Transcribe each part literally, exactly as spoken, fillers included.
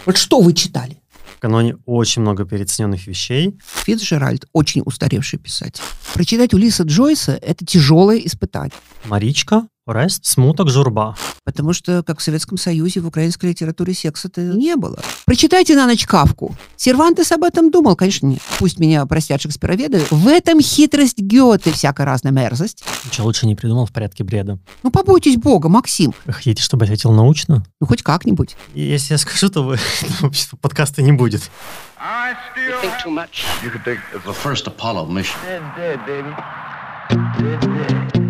Вот что вы читали? В каноне очень много переоцененных вещей. Фицджеральд очень устаревший писатель. Прочитать Улисса Джойса – это тяжелое испытание. Маричка, Орест, Смуток, Журба. Потому что, как в Советском Союзе, в украинской литературе секса-то не было. Прочитайте на ночь Кафку. Сервантес об этом думал? Конечно, нет. Пусть меня простят шекспироведы. В этом хитрость Гёте, всякая разная мерзость. Ничего лучше не придумал в порядке бреда. Ну, побойтесь Бога, Максим. Вы хотите, чтобы я ответил научно? Ну, хоть как-нибудь. И если я скажу, то вы, общество подкаста не будет. I still think too much. You could take the first Apollo mission. Dead, dead, baby. Dead, dead.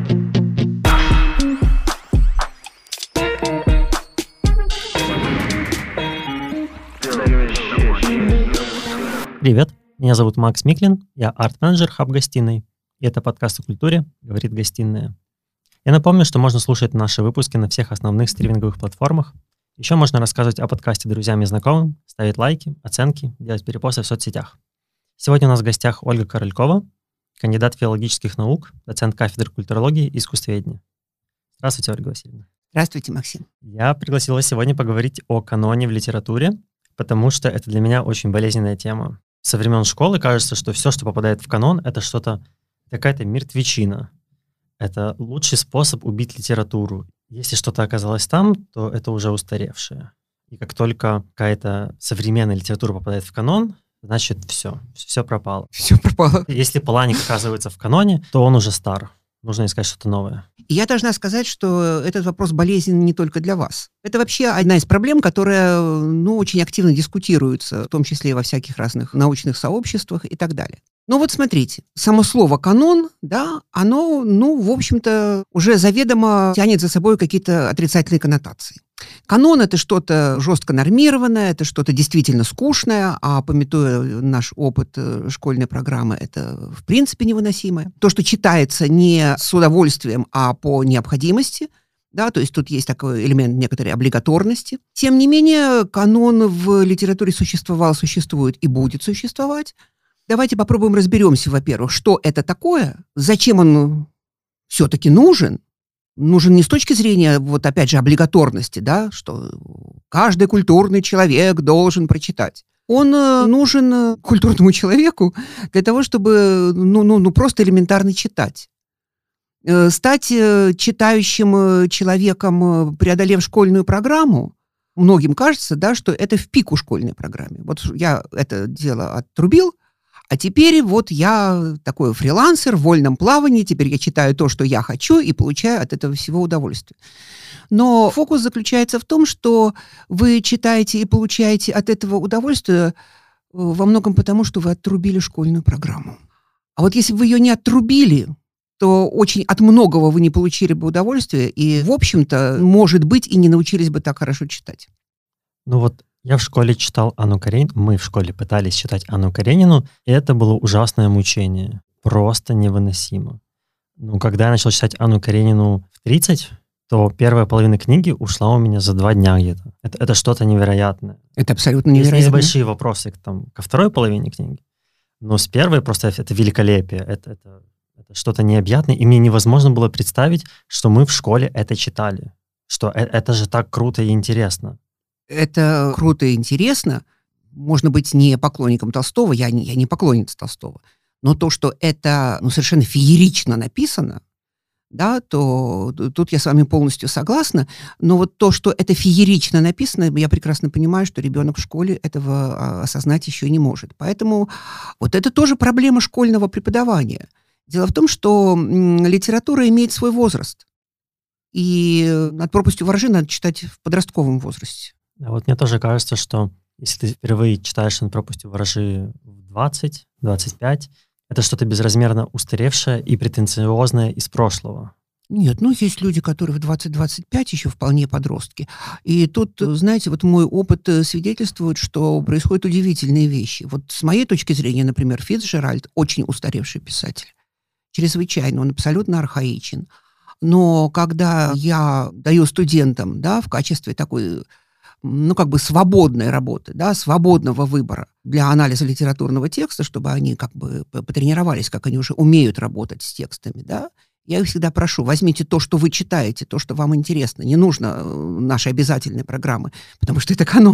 Привет, меня зовут Макс Миклин, я арт-менеджер Хаб-гостиной, и это подкаст о культуре «Говорит гостиная». Я напомню, что можно слушать наши выпуски на всех основных стриминговых платформах. Еще можно рассказывать о подкасте друзьям и знакомым, ставить лайки, оценки, делать перепосты в соцсетях. Сегодня у нас в гостях Ольга Королькова, кандидат филологических наук, доцент кафедры культурологии и искусствоведения. Здравствуйте, Ольга Васильевна. Здравствуйте, Максим. Я пригласил вас сегодня поговорить о каноне в литературе, потому что это для меня очень болезненная тема. Со времен школы кажется, что все, что попадает в канон, это что-то, какая-то мертвечина. Это лучший способ убить литературу. Если что-то оказалось там, то это уже устаревшее. И как только какая-то современная литература попадает в канон, значит все, все пропало. Все пропало. Если Поланик оказывается в каноне, то он уже стар. Нужно искать что-то новое. И я должна сказать, что этот вопрос болезненен не только для вас. Это вообще одна из проблем, которая, ну, очень активно дискутируется, в том числе и во всяких разных научных сообществах и так далее. Ну вот смотрите, само слово «канон», да, оно, ну, в общем-то, уже заведомо тянет за собой какие-то отрицательные коннотации. Канон – это что-то жестко нормированное, это что-то действительно скучное, а памятуя наш опыт школьной программы, это в принципе невыносимое. То, что читается не с удовольствием, а по необходимости, да, то есть тут есть такой элемент некоторой облигаторности. Тем не менее, канон в литературе существовал, существует и будет существовать. Давайте попробуем разберемся, во-первых, что это такое, зачем он все-таки нужен. Нужен не с точки зрения, вот опять же, облигаторности, да, что каждый культурный человек должен прочитать. Он нужен культурному человеку для того, чтобы, ну, ну, ну просто элементарно читать. Стать читающим человеком, преодолев школьную программу, многим кажется, да, что это в пику школьной программе. Вот я это дело отрубил, а теперь вот я такой фрилансер в вольном плавании, теперь я читаю то, что я хочу, и получаю от этого всего удовольствие. Но фокус заключается в том, что вы читаете и получаете от этого удовольствие во многом потому, что вы отрубили школьную программу. А вот если бы вы ее не отрубили, то очень от многого вы не получили бы удовольствие, и, в общем-то, может быть, и не научились бы так хорошо читать. Ну вот, я в школе читал Анну Каренину, мы в школе пытались читать Анну Каренину, и это было ужасное мучение, просто невыносимо. Ну, когда я начал читать Анну Каренину в тридцать, то первая половина книги ушла у меня за два дня где-то. Это, это что-то невероятное. Это абсолютно невероятно. Есть большие вопросы к, там, ко второй половине книги, но с первой просто это великолепие, это, это, это что-то необъятное, и мне невозможно было представить, что мы в школе это читали, что это, это же так круто и интересно. Это круто и интересно. Можно быть не поклонником Толстого, я не, я не поклонница Толстого, но то, что это, ну, совершенно феерично написано, да, то тут я с вами полностью согласна. Но вот то, что это феерично написано, я прекрасно понимаю, что ребенок в школе этого осознать еще не может. Поэтому вот это тоже проблема школьного преподавания. Дело в том, что литература имеет свой возраст. И над пропастью воржи надо читать в подростковом возрасте. А вот мне тоже кажется, что если ты впервые читаешь «Над пропастью ворожи» в двадцать - двадцать пять, это что-то безразмерно устаревшее и претенциозное из прошлого. Нет, ну есть люди, которые в двадцать - двадцать пять еще вполне подростки. И тут, знаете, вот мой опыт свидетельствует, что происходят удивительные вещи. Вот с моей точки зрения, например, Фицджеральд очень устаревший писатель. Чрезвычайно, он абсолютно архаичен. Но когда я даю студентам, да, в качестве такой, ну, как бы свободной работы, да, свободного выбора для анализа литературного текста, чтобы они как бы потренировались, как они уже умеют работать с текстами, да, я их всегда прошу, возьмите то, что вы читаете, то, что вам интересно. Не нужно нашей обязательной программы, потому что это канон.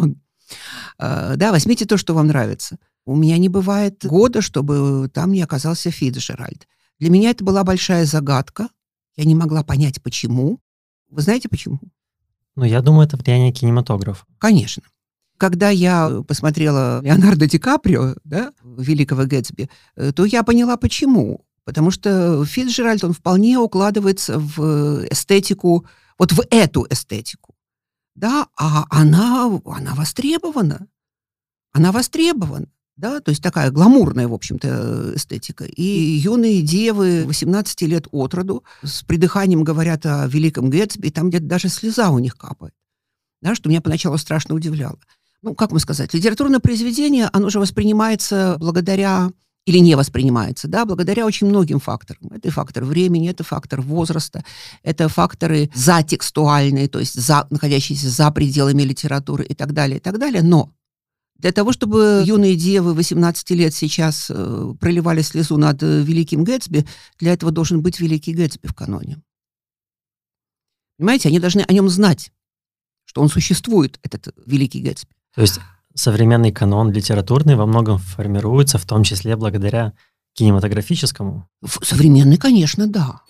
А, да, возьмите то, что вам нравится. У меня не бывает года, чтобы там не оказался Фицджеральд. Для меня это была большая загадка. Я не могла понять, почему. Вы знаете, почему? Ну, я думаю, это влияние кинематографа. Конечно. Когда я посмотрела Леонардо Ди Каприо, да, «Великого Гэтсби», то я поняла, почему. Потому что Фицджеральд, он вполне укладывается в эстетику, вот в эту эстетику. Да, а она, она востребована. Она востребована. Да, то есть такая гламурная, в общем-то, эстетика. И юные девы восемнадцати лет от роду с придыханием говорят о Великом Гэтсби, там где-то даже слеза у них капает. Да, что меня поначалу страшно удивляло. Ну, как вам сказать, литературное произведение, оно же воспринимается благодаря, или не воспринимается, да, благодаря очень многим факторам. Это фактор времени, это фактор возраста, это факторы затекстуальные, то есть за, находящиеся за пределами литературы и так далее, и так далее. Но для того, чтобы юные девы восемнадцати лет сейчас э, проливали слезу над э, Великим Гэтсби, для этого должен быть Великий Гэтсби в каноне. Понимаете, они должны о нем знать, что он существует, этот Великий Гэтсби. То есть современный канон литературный во многом формируется, в том числе благодаря кинематографическому? Современный, конечно, да.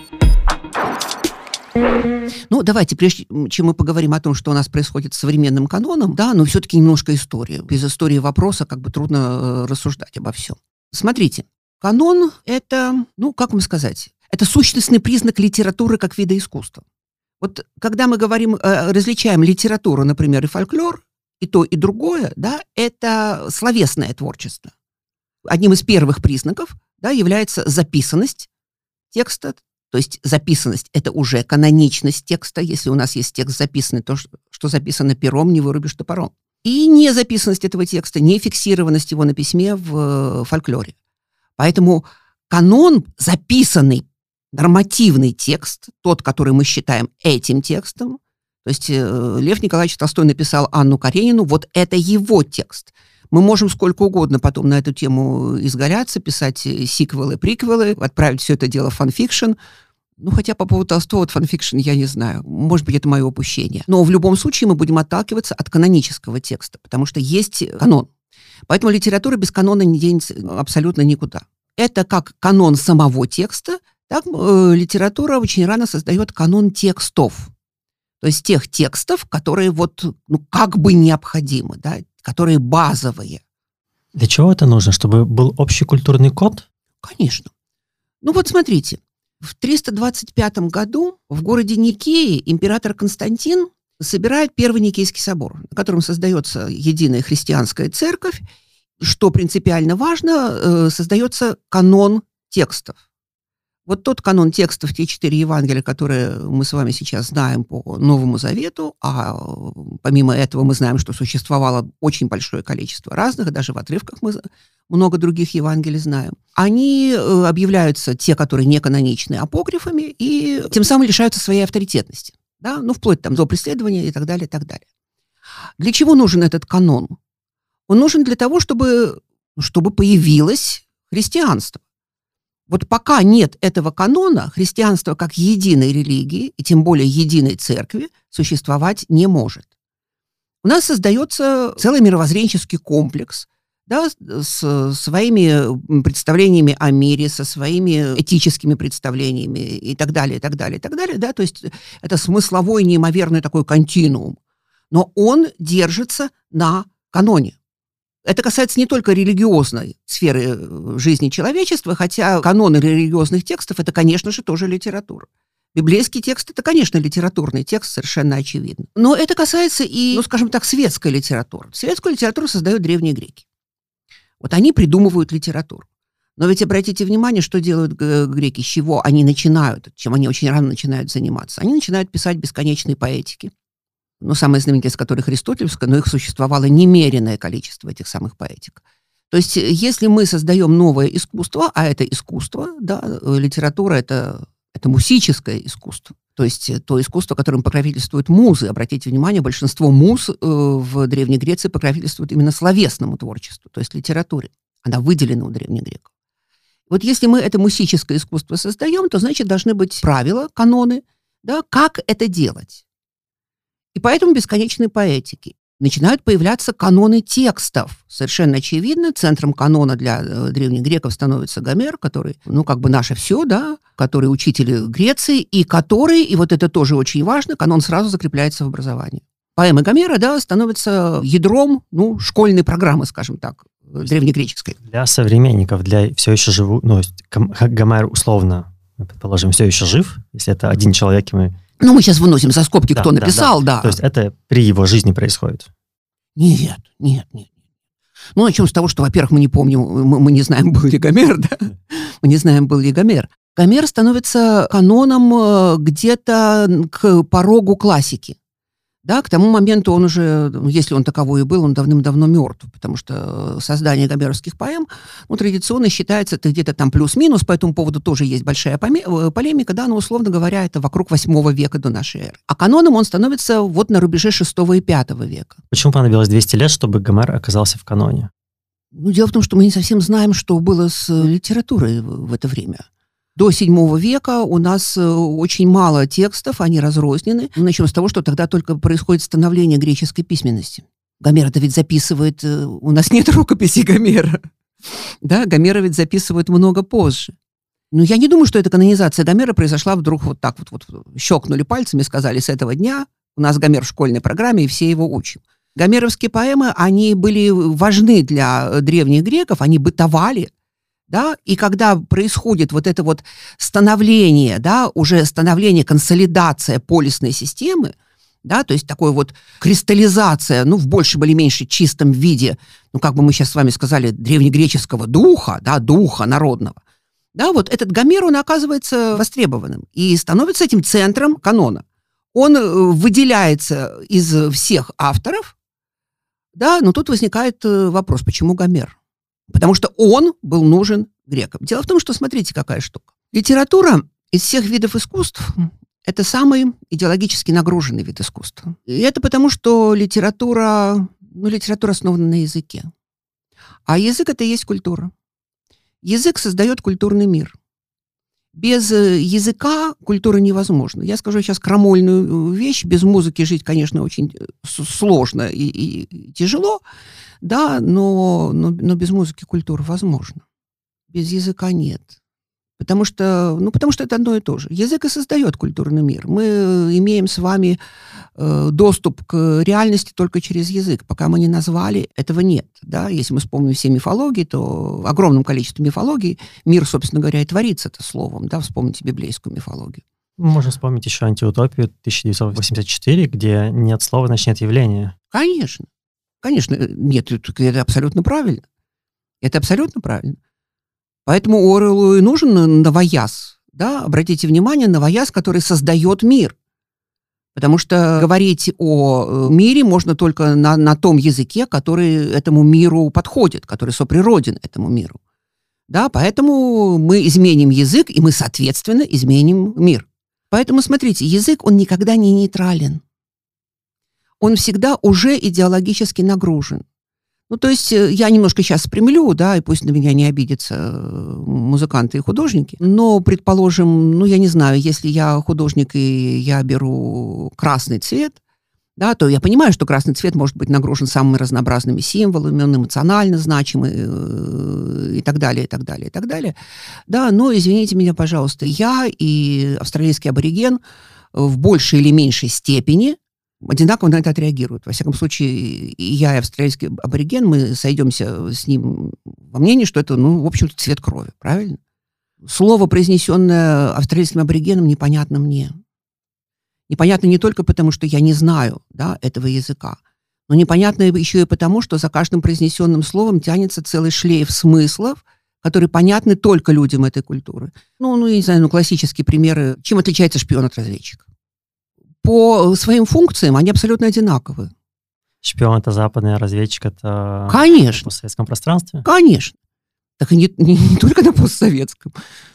Ну, давайте, прежде чем мы поговорим о том, что у нас происходит с современным каноном, да, но все-таки немножко истории. Без истории вопроса как бы трудно э, рассуждать обо всем. Смотрите, канон — это, ну, как вам сказать, это сущностный признак литературы как вида искусства. Вот когда мы говорим, э, различаем литературу, например, и фольклор, и то, и другое, да, это словесное творчество. Одним из первых признаков, да, является записанность текста. То есть записанность — это уже каноничность текста. Если у нас есть текст записанный, то, что записано пером, не вырубишь топором. И незаписанность этого текста, нефиксированность его на письме в фольклоре. Поэтому канон, записанный нормативный текст, тот, который мы считаем этим текстом, то есть Лев Николаевич Толстой написал Анну Каренину, вот это его текст. Мы можем сколько угодно потом на эту тему изгаляться, писать сиквелы, приквелы, отправить все это дело в фанфикшн. Ну, хотя по поводу Толстого от фанфикшн я не знаю. Может быть, это мое упущение. Но в любом случае мы будем отталкиваться от канонического текста, потому что есть канон. Поэтому литература без канона не денется абсолютно никуда. Это как канон самого текста, так э, литература очень рано создает канон текстов. То есть тех текстов, которые вот, ну, как бы необходимы, да, которые базовые. Для чего это нужно? Чтобы был общий культурный код? Конечно. Ну вот смотрите, в триста двадцать пятом году в городе Никее император Константин собирает Первый Никейский собор, на котором создается единая христианская церковь. Что принципиально важно, создается канон текстов. Вот тот канон текстов, те четыре Евангелия, которые мы с вами сейчас знаем по Новому Завету, а помимо этого мы знаем, что существовало очень большое количество разных, даже в отрывках мы много других Евангелий знаем, они объявляются, те, которые не каноничны, апокрифами, и тем самым лишаются своей авторитетности. Да? Ну, вплоть там до преследования и так далее, и так далее. Для чего нужен этот канон? Он нужен для того, чтобы, чтобы появилось христианство. Вот пока нет этого канона, христианство как единой религии, и тем более единой церкви, существовать не может. У нас создается целый мировоззренческий комплекс, да, с своими представлениями о мире, со своими этическими представлениями и так далее, и так далее, и так далее. Да? То есть это смысловой, неимоверный такой континуум. Но он держится на каноне. Это касается не только религиозной сферы жизни человечества, хотя каноны религиозных текстов — это, конечно же, тоже литература. Библейский текст — это, конечно, литературный текст, совершенно очевидно. Но это касается и, ну, скажем так, светской литературы. Светскую литературу создают древние греки. Вот они придумывают литературу. Но ведь обратите внимание, что делают греки, с чего они начинают, чем они очень рано начинают заниматься. Они начинают писать бесконечные поэтики. Ну, самая знаменитая из которых аристотелевская, но их существовало немеренное количество, этих самых поэтик. То есть, если мы создаем новое искусство, а это искусство, да, литература — это, это мусическое искусство, то есть то искусство, которым покровительствуют музы. Обратите внимание, большинство муз э, в Древней Греции покровительствуют именно словесному творчеству, то есть литературе. Она выделена у древних греков. Вот если мы это мусическое искусство создаем, то, значит, должны быть правила, каноны, да, как это делать. И поэтому бесконечные поэтики. начинают появляться каноны текстов. Совершенно очевидно, центром канона для древних греков становится Гомер, который, ну, как бы наше все, да, который учитель Греции, и который, и вот это тоже очень важно, канон сразу закрепляется в образовании. Поэмы Гомера, да, становятся ядром, ну, школьной программы, скажем так, древнегреческой. Для современников, для все еще живу, ну, Гомер условно, предположим, все еще жив, если это один человек, и мы... Ну, мы сейчас выносим за скобки, да, кто да, написал, да, да. То есть это при его жизни происходит? Нет, нет, нет. Ну, начнем с того, что, во-первых, мы не помним, мы, мы не знаем, был ли Гомер, да? Мы не знаем, был ли Гомер. Гомер становится каноном где-то к порогу классики. Да, к тому моменту он уже, если он таковой и был, он давным-давно мертв, потому что создание гомеровских поэм, ну, традиционно считается, это где-то там плюс-минус, по этому поводу тоже есть большая полемика, да, но, условно говоря, это вокруг восьмого века до нашей эры. А каноном он становится вот на рубеже шестого и пятого века. Почему понадобилось двести лет, чтобы Гомер оказался в каноне? Ну, дело в том, что мы не совсем знаем, что было с литературой в это время. До седьмого века у нас очень мало текстов, они разрознены. Начнем с того, что тогда только происходит становление греческой письменности. Гомер-то ведь записывает... У нас нет рукописи Гомера. Да, Гомера ведь записывают много позже. Но я не думаю, что эта канонизация Гомера произошла вдруг вот так вот, вот щелкнули пальцами, сказали, с этого дня у нас Гомер в школьной программе, и все его учим. Гомеровские поэмы, они были важны для древних греков, они бытовали. Да, и когда происходит вот это вот становление, да, уже становление, консолидация полисной системы, да, то есть такое вот кристаллизация, ну, в большем или меньшем чистом виде, ну, как бы мы сейчас с вами сказали, древнегреческого духа, да, духа народного, да, вот этот Гомер, он оказывается востребованным и становится этим центром канона. Он выделяется из всех авторов, да, но тут возникает вопрос, почему Гомер? Потому что он был нужен грекам. Дело в том, что, смотрите, какая штука. Литература из всех видов искусств – это самый идеологически нагруженный вид искусства. И это потому, что литература, ну, литература основана на языке. А язык – это и есть культура. Язык создает культурный мир. Без языка культура невозможна. Я скажу сейчас крамольную вещь. Без музыки жить, конечно, очень сложно и, и тяжело, да, но, но, но без музыки культура возможна. Без языка нет. Потому что, ну, потому что это одно и то же. Язык и создает культурный мир. Мы имеем с вами э, доступ к реальности только через язык. Пока мы не назвали, этого нет. Да? Если мы вспомним все мифологии, то в огромном количестве мифологий мир, собственно говоря, и творится это словом. Да? Вспомните библейскую мифологию. Можно вспомнить еще антиутопию тысяча девятьсот восемьдесят четыре, где нет слова, значит нет явления. Конечно. Конечно. Нет, это абсолютно правильно. Это абсолютно правильно. Поэтому Оруэллу и нужен новояз. Да? Обратите внимание, новояз, который создает мир. Потому что говорить о мире можно только на, на том языке, который этому миру подходит, который соприроден этому миру. Да? Поэтому мы изменим язык, и мы, соответственно, изменим мир. Поэтому, смотрите, язык, он никогда не нейтрален. Он всегда уже идеологически нагружен. Ну, то есть я немножко сейчас спрямлю, да, и пусть на меня не обидятся музыканты и художники, но, предположим, ну, я не знаю, если я художник и я беру красный цвет, да, то я понимаю, что красный цвет может быть нагружен самыми разнообразными символами, он эмоционально значимый и так далее, и так далее, и так далее. Да, но, извините меня, пожалуйста, я и австралийский абориген в большей или меньшей степени одинаково на это отреагируют. Во всяком случае, и я, и австралийский абориген, мы сойдемся с ним во мнении, что это, ну, в общем-то, цвет крови, правильно? Слово, произнесенное австралийским аборигеном, непонятно мне. Непонятно не только потому, что я не знаю, да, этого языка, но непонятно еще и потому, что за каждым произнесенным словом тянется целый шлейф смыслов, которые понятны только людям этой культуры. Ну, ну, я не знаю, ну, классические примеры. Чем отличается шпион от разведчика? По своим функциям они абсолютно одинаковы. Шпион — это западный, а разведчик — это Конечно. В постсоветском пространстве? Конечно. Так и не, не, не только на постсоветском.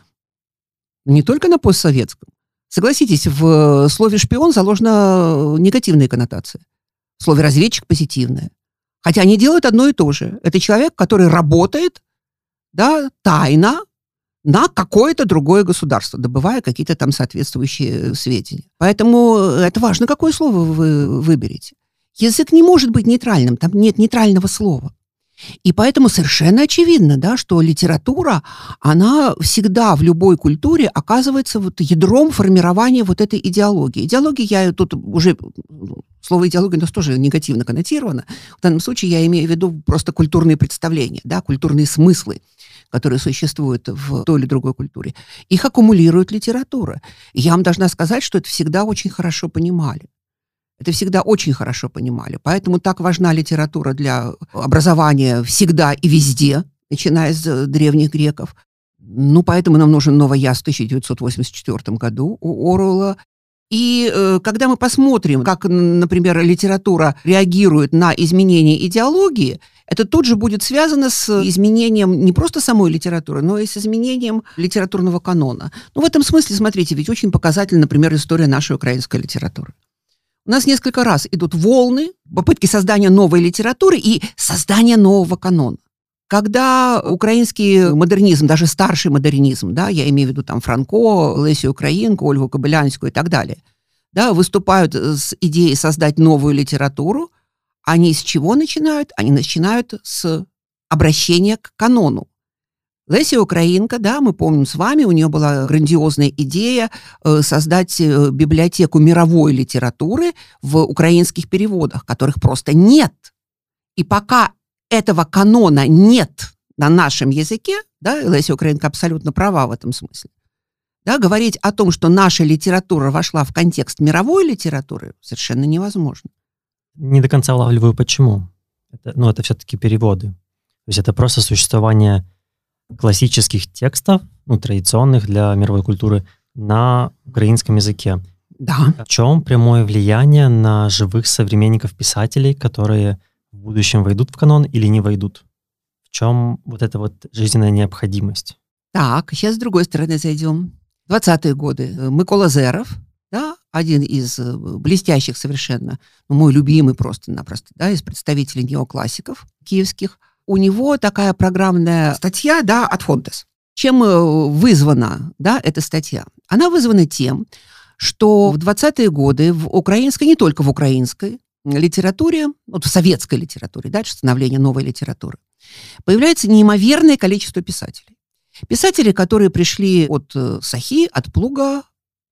Не только на постсоветском. Согласитесь, в слове «шпион» заложена негативная коннотация. В слове «разведчик» — позитивная. Хотя они делают одно и то же. Это человек, который работает, да, тайно, на какое-то другое государство, добывая какие-то там соответствующие сведения. Поэтому это важно, какое слово вы выберете. Язык не может быть нейтральным, там нет нейтрального слова. И поэтому совершенно очевидно, да, что литература, она всегда в любой культуре оказывается вот ядром формирования вот этой идеологии. Идеология, я тут уже, слово идеология у нас тоже негативно коннотировано. В данном случае я имею в виду просто культурные представления, да, культурные смыслы, которые существуют в той или другой культуре. Их аккумулирует литература. И я вам должна сказать, что это всегда очень хорошо понимали. Это всегда очень хорошо понимали. Поэтому так важна литература для образования всегда и везде, начиная с древних греков. Ну, поэтому нам нужен «Новый Яс» в тысяча девятьсот восемьдесят четвёртом году у Оруэлла. И э, когда мы посмотрим, как, например, литература реагирует на изменения идеологии, это тут же будет связано с изменением не просто самой литературы, но и с изменением литературного канона. Ну, в этом смысле, смотрите, ведь очень показательна, например, история нашей украинской литературы. У нас несколько раз идут волны, попытки создания новой литературы и создания нового канона. Когда украинский модернизм, даже старший модернизм, да, я имею в виду там Франко, Лесю Украинку, Ольгу Кобылянскую и так далее, да, выступают с идеей создать новую литературу, они с чего начинают? Они начинают с обращения к канону. Леся Украинка, да, мы помним с вами, у нее была грандиозная идея э, создать э, библиотеку мировой литературы в украинских переводах, которых просто нет. И пока этого канона нет на нашем языке, да, Леся Украинка абсолютно права в этом смысле, да, говорить о том, что наша литература вошла в контекст мировой литературы, совершенно невозможно. Не до конца улавливаю, почему. Это, ну, это все-таки переводы. То есть это просто существование классических текстов, ну, традиционных для мировой культуры, на украинском языке. Да. В чем прямое влияние на живых современников писателей, которые в будущем войдут в канон или не войдут? В чем вот эта вот жизненная необходимость? Так, сейчас с другой стороны зайдем. двадцатые годы. Микола Зеров, да, один из блестящих совершенно, ну, мой любимый просто-напросто, да, из представителей неоклассиков киевских. У него такая программная статья, да, от Фонтес. Чем вызвана, да, эта статья? Она вызвана тем, что в двадцатые годы в украинской, не только в украинской литературе, вот в советской литературе, дальше становление новой литературы, появляется неимоверное количество писателей. Писатели, которые пришли от сахи, от плуга,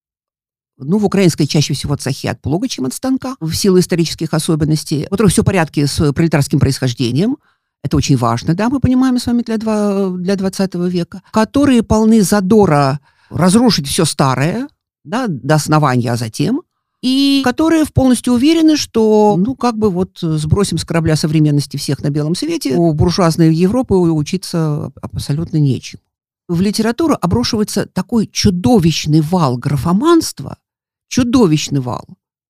ну, в украинской чаще всего от сахи, от плуга, чем от станка, в силу исторических особенностей, у которых все в порядке с пролетарским происхождением. Это очень важно, да, мы понимаем с вами для, для двадцатого века, которые полны задора разрушить все старое, да, до основания, а затем, и которые полностью уверены, что, ну, как бы вот сбросим с корабля современности всех на белом свете, у буржуазной Европы учиться абсолютно нечему. В литературу обрушивается такой чудовищный вал графоманства, чудовищный вал.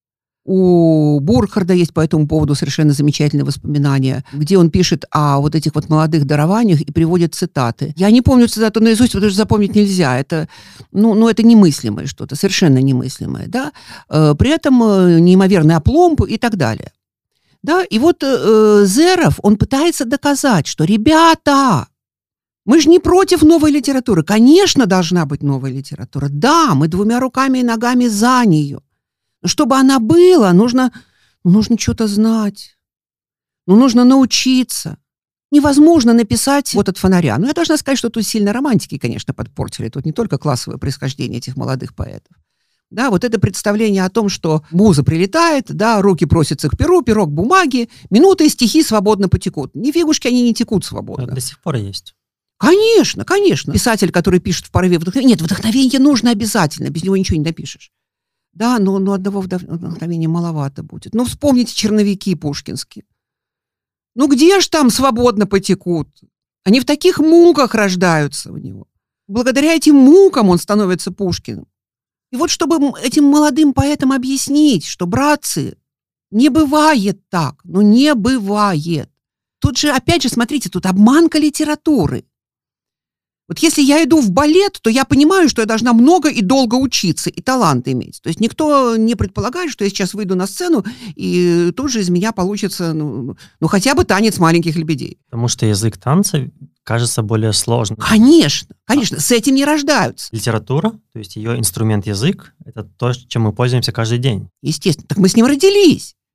У Бурхарда есть по этому поводу совершенно замечательные воспоминания, где он пишет о вот этих вот молодых дарованиях и приводит цитаты. Я не помню цитату наизусть, потому что запомнить нельзя. Это, ну, ну, это немыслимое что-то, совершенно немыслимое. Да? При этом неимоверный опломб и так далее. Да? И вот э, Зеров, он пытается доказать, что, ребята, мы же не против новой литературы. Конечно, должна быть новая литература. Да, мы двумя руками и ногами за нее. Но чтобы она была, нужно, нужно что-то знать. Ну, нужно научиться. Невозможно написать вот от фонаря. Ну, я должна сказать, что тут сильно романтики, конечно, подпортили. Тут не только классовое происхождение этих молодых поэтов. Да, вот это представление о том, что муза прилетает, да, руки просятся к перу, перо к бумаге, минуты и стихи свободно потекут. Ни фигушки они не текут свободно. Это до сих пор есть. Конечно, конечно. Писатель, который пишет в порыве вдохновения. Нет, вдохновение нужно обязательно, без него ничего не напишешь. Да, но, но одного вдохновения маловато будет. Ну, вспомните черновики пушкинские. Ну, где ж там свободно потекут? Они в таких муках рождаются у него. Благодаря этим мукам он становится Пушкиным. И вот чтобы этим молодым поэтам объяснить, что, братцы, не бывает так, ну не бывает. Тут же, опять же, смотрите, тут обманка литературы. Вот если я иду в балет, то я понимаю, что я должна много и долго учиться, и талант иметь. То есть никто не предполагает, что я сейчас выйду на сцену, и тут же из меня получится, ну, ну хотя бы танец маленьких лебедей. Потому что язык танца кажется более сложным. Конечно, конечно, с этим не рождаются. Литература, то есть ее инструмент язык, это то, чем мы пользуемся каждый день. Естественно, так мы с ним родились.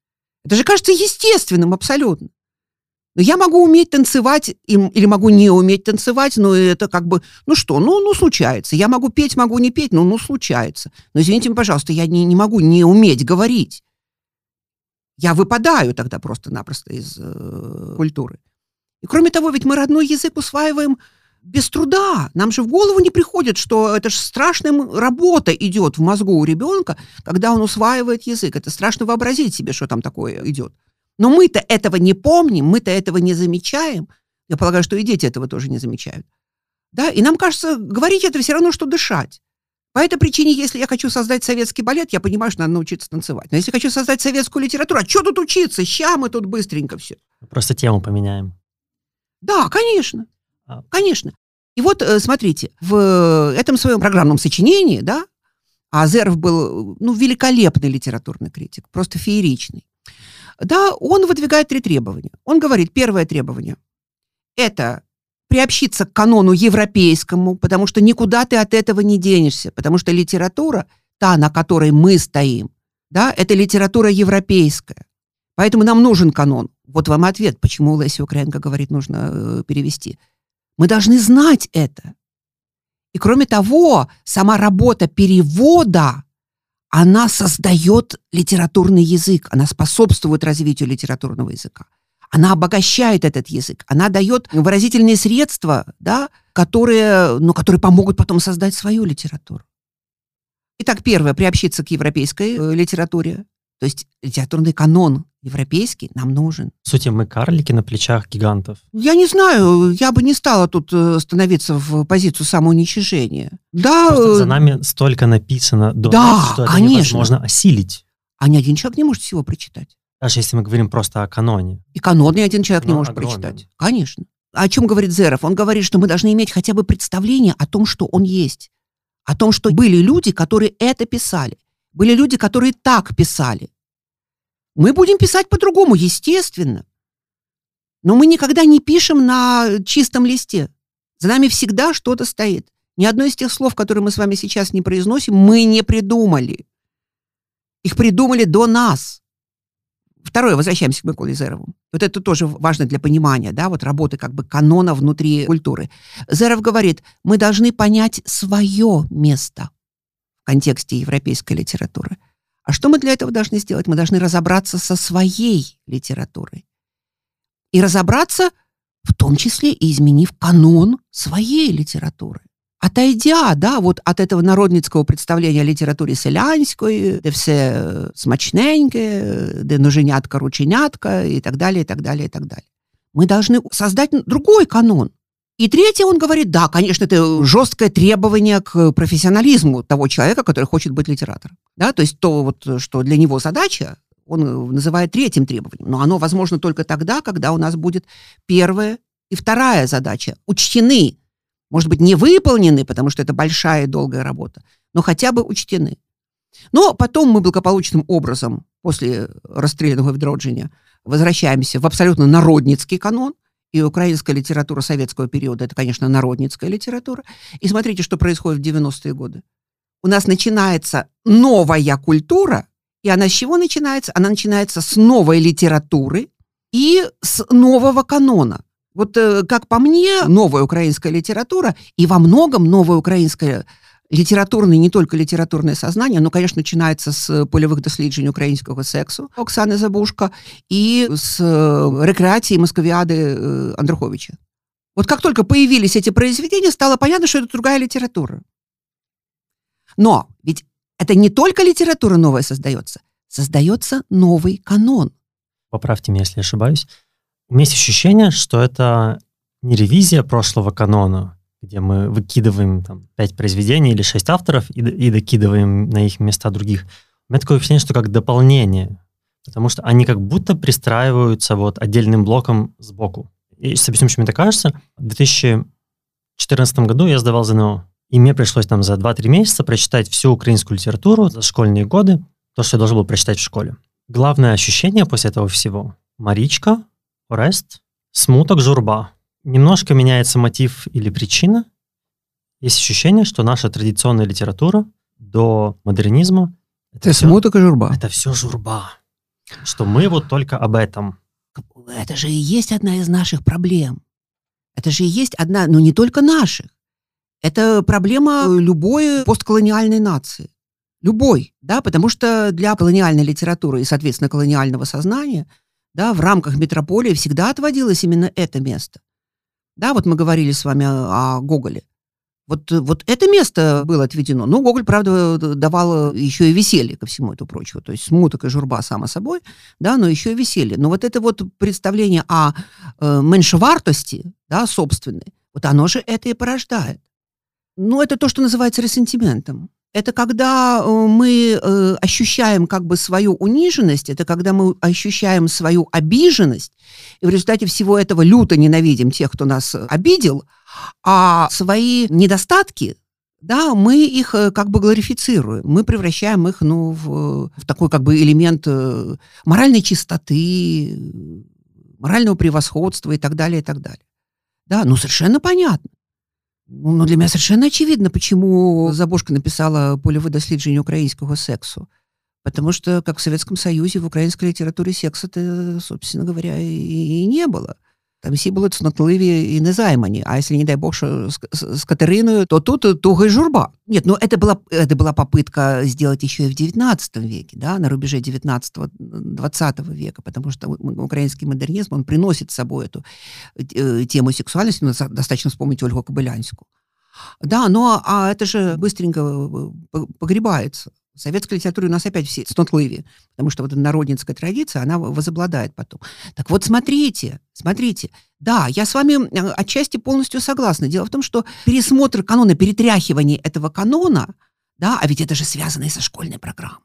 Это же кажется естественным абсолютно. Но я могу уметь танцевать или могу не уметь танцевать, но это как бы, ну что, ну, ну случается. Я могу петь, могу не петь, ну, ну случается. Но извините, пожалуйста, я не, не могу не уметь говорить. Я выпадаю тогда просто-напросто из э, культуры. И кроме того, ведь мы родной язык усваиваем без труда. Нам же в голову не приходит, что это же страшная работа идет в мозгу у ребенка, когда он усваивает язык. Это страшно вообразить себе, что там такое идет. Но мы-то этого не помним, мы-то этого не замечаем. Я полагаю, что и дети этого тоже не замечают. Да? И нам кажется, говорить это все равно, что дышать. По этой причине, если я хочу создать советский балет, я понимаю, что надо научиться танцевать. Но если хочу создать советскую литературу, а что тут учиться? Ща мы тут быстренько все. Просто тему поменяем. Да, конечно. А. Конечно. И вот, смотрите, в этом своем программном сочинении, да, а Азеров был, ну, великолепный литературный критик, просто фееричный. Да, он выдвигает три требования. Он говорит, первое требование – это приобщиться к канону европейскому, потому что никуда ты от этого не денешься, потому что литература, та, на которой мы стоим, да, это литература европейская. Поэтому нам нужен канон. Вот вам ответ, почему Леся Украинка говорит, нужно э, перевести. Мы должны знать это. И кроме того, сама работа перевода, она создает литературный язык, она способствует развитию литературного языка. Она обогащает этот язык, она дает выразительные средства, да, которые, ну, которые помогут потом создать свою литературу. Итак, первое, приобщиться к европейской э, литературе. То есть литературный канон европейский нам нужен. В сути, мы карлики на плечах гигантов. Я не знаю, я бы не стала тут становиться в позицию самоуничижения. Да, просто за нами столько написано до да, нас, что конечно. Это невозможно осилить. А ни один человек не может всего прочитать. Даже если мы говорим просто о каноне. И канон ни один человек ну, не может огромный. прочитать. Конечно. О чем говорит Зеров? Он говорит, что мы должны иметь хотя бы представление о том, что он есть. О том, что были люди, которые это писали. Были люди, которые так писали. Мы будем писать по-другому, естественно. Но мы никогда не пишем на чистом листе. За нами всегда что-то стоит. Ни одно из тех слов, которые мы с вами сейчас не произносим, мы не придумали. Их придумали до нас. Второе, возвращаемся к Миколе Зерову. Вот это тоже важно для понимания, да, вот работы как бы канона внутри культуры. Зеров говорит, мы должны понять свое место в контексте европейской литературы. А что мы для этого должны сделать? Мы должны разобраться со своей литературой. И разобраться, в том числе и изменив канон своей литературы. Отойдя, да, вот от этого народницкого представления о литературе селянской, де все смачненьке, де ноженятка, рученятка и так далее, и так далее, и так далее. Мы должны создать другой канон. И третье, он говорит, да, конечно, это жесткое требование к профессионализму того человека, который хочет быть литератором. Да, то есть то, вот, что для него задача, он называет третьим требованием. Но оно возможно только тогда, когда у нас будет первая и вторая задача учтены. Может быть, не выполнены, потому что это большая и долгая работа, но хотя бы учтены. Но потом мы благополучным образом, после расстрелянного в Дроджине, возвращаемся в абсолютно народницкий канон. И украинская литература советского периода – это, конечно, народницкая литература. И смотрите, что происходит в девяностые годы. У нас начинается новая культура, и она с чего начинается? Она начинается с новой литературы и с нового канона. Вот, как по мне, новая украинская литература и во многом новая украинская литературное, не только литературное сознание, но, конечно, начинается с польових досліджень українського сексу Оксаны Забушко и с рекреации Московиады Андруховича. Вот как только появились эти произведения, стало понятно, что это другая литература. Но ведь это не только литература новая создается, создается новый канон. Поправьте меня, если я ошибаюсь. У меня есть ощущение, что это не ревизия прошлого канона, где мы выкидываем там, пять произведений или шесть авторов и, и докидываем на их места других. У меня такое ощущение, что как дополнение, потому что они как будто пристраиваются вот отдельным блоком сбоку. И объясню, почему мне так кажется. В две тысячи четырнадцатом году я сдавал ЗНО, и мне пришлось там за два-три месяца прочитать всю украинскую литературу за школьные годы, то, что я должен был прочитать в школе. Главное ощущение после этого всего – Маричка, Орест, смуток, журба. Немножко меняется мотив или причина. Есть ощущение, что наша традиционная литература до модернизма... Это, это все, смуток и журба. Это все журба. Что мы вот только об этом. Это же и есть одна из наших проблем. Это же и есть одна, ну не только наших. Это проблема любой постколониальной нации. Любой, да, потому что для колониальной литературы и, соответственно, колониального сознания, да, в рамках метрополии всегда отводилось именно это место. Да, вот мы говорили с вами о, о Гоголе. Вот, вот это место было отведено. Ну, Гоголь, правда, давал еще и веселье ко всему этому прочему. То есть смуток и журба, само собой, да, но еще и веселье. Но вот это вот представление о э, меньшевартости, да, собственной, вот оно же это и порождает. Ну, это то, что называется ресентиментом. Это когда мы э, ощущаем как бы свою униженность, это когда мы ощущаем свою обиженность, и в результате всего этого люто ненавидим тех, кто нас обидел, а свои недостатки, да, мы их как бы глорифицируем, мы превращаем их, ну, в, в такой как бы элемент моральной чистоты, морального превосходства и так далее, и так далее. Да, ну, совершенно понятно. Ну, для меня совершенно очевидно, почему Забушка написала «Польове дослідження українського сексу». Потому что, как в Советском Союзе, в украинской литературе секса-то, собственно говоря, и, и не было. Там всі були цнотливі і незаймані. А если, не дай бог, что с, с, с Катериною, то тут туго и журба. Нет, ну это была, это была попытка сделать еще и в девятнадцатом веке, да, на рубеже девятнадцатого-двадцатого века, потому что украинский модернизм, он приносит с собой эту э, тему сексуальности, ну, достаточно вспомнить Ольгу Кобылянську. Да, но а это же быстренько погребается. В советской литературе у нас опять все цнотливые, потому что вот эта народницкая традиция, она возобладает потом. Так вот, смотрите, смотрите. Да, я с вами отчасти полностью согласна. Дело в том, что пересмотр канона, перетряхивание этого канона, да, а ведь это же связано и со школьной программой.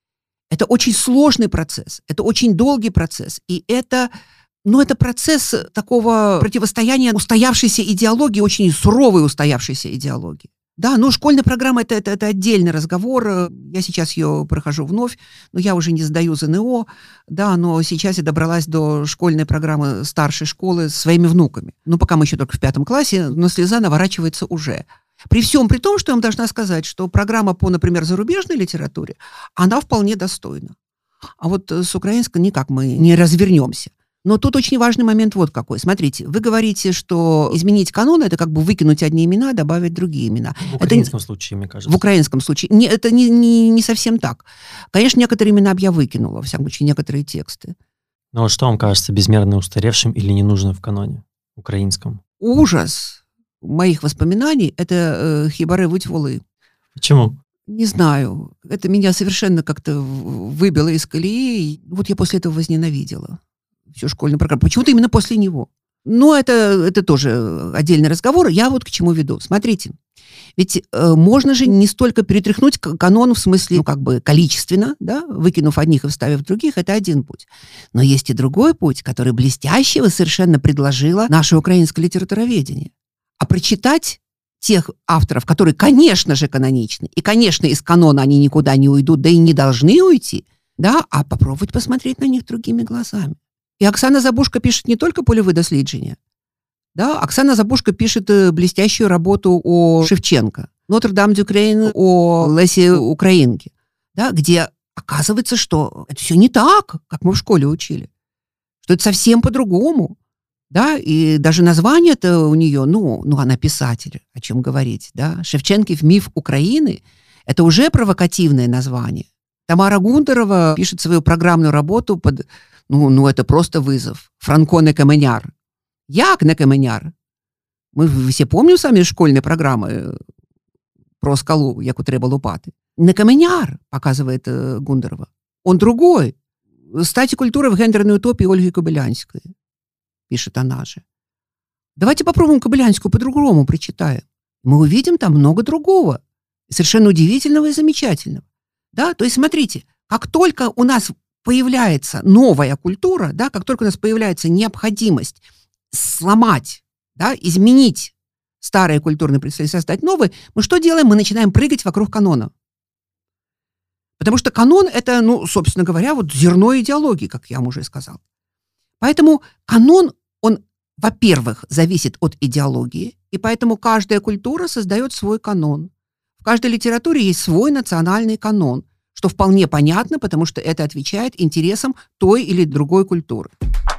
Это очень сложный процесс, это очень долгий процесс, и это, ну, это процесс такого противостояния устоявшейся идеологии, очень суровой устоявшейся идеологии. Да, ну, школьная программа это, это, это отдельный разговор. Я сейчас ее прохожу вновь, но я уже не сдаю ЗНО, да, но сейчас я добралась до школьной программы старшей школы с своими внуками. Ну, пока мы еще только в пятом классе, но слеза наворачивается уже. При всем при том, что я вам должна сказать, что программа по, например, зарубежной литературе, она вполне достойна. А вот с украинской никак мы не развернемся. Но тут очень важный момент вот какой. Смотрите, вы говорите, что изменить канон — это как бы выкинуть одни имена, добавить другие имена. В украинском это, случае, мне кажется. В украинском случае. Не, это не, не, не совсем так. Конечно, некоторые имена бы я выкинула, во всяком случае, некоторые тексты. Но вот что вам кажется безмерно устаревшим или ненужным в каноне украинском? Ужас моих воспоминаний — это э, «Хибари вуть воли». Почему? Не знаю. Это меня совершенно как-то выбило из колеи. Вот я после этого возненавидела всю школьную программу. Почему-то именно после него. Но это, это тоже отдельный разговор. Я вот к чему веду. Смотрите, ведь э, можно же не столько перетряхнуть канон в смысле, ну, как бы количественно, да, выкинув одних и вставив других, это один путь. Но есть и другой путь, который блестяще совершенно предложила наше украинское литературоведение. А прочитать тех авторов, которые, конечно же, каноничны, и, конечно, из канона они никуда не уйдут, да и не должны уйти, да, а попробовать посмотреть на них другими глазами. И Оксана Забушка пишет не только «Польове дослідження». Да? Оксана Забушка пишет блестящую работу о Шевченко, «Нотр-Дам д'Юкрейн», о Лесе Украинке, да? Где оказывается, что это все не так, как мы в школе учили, что это совсем по-другому. Да? И даже название-то у нее, ну, ну, она писатель, о чем говорить. Да? Шевченков «Миф Украины» — это уже провокативное название. Тамара Гунтерова пишет свою программную работу под... Ну, ну, это просто вызов. Франко не каменяр. Як не каменяр? Мы все помним самі школьные программы про скалу, яку треба лупати. Не каменяр, показывает э, Гунтерова. Он другой. Стать и культура в гендерной утопии Ольги Кобылянской. Пишет она же. Давайте попробуем Кобылянскую по-другому прочитаем. Мы увидим там много другого. Совершенно удивительного и замечательного. Да? То есть, смотрите, как только у нас появляется новая культура, да, как только у нас появляется необходимость сломать, да, изменить старые культурные представления, создать новые, мы что делаем? Мы начинаем прыгать вокруг канона. Потому что канон — это, ну, собственно говоря, вот зерно идеологии, как я вам уже сказал. Поэтому канон, он, во-первых, зависит от идеологии, и поэтому каждая культура создает свой канон. В каждой литературе есть свой национальный канон. что вполне понятно, потому что это отвечает интересам той или другой культуры.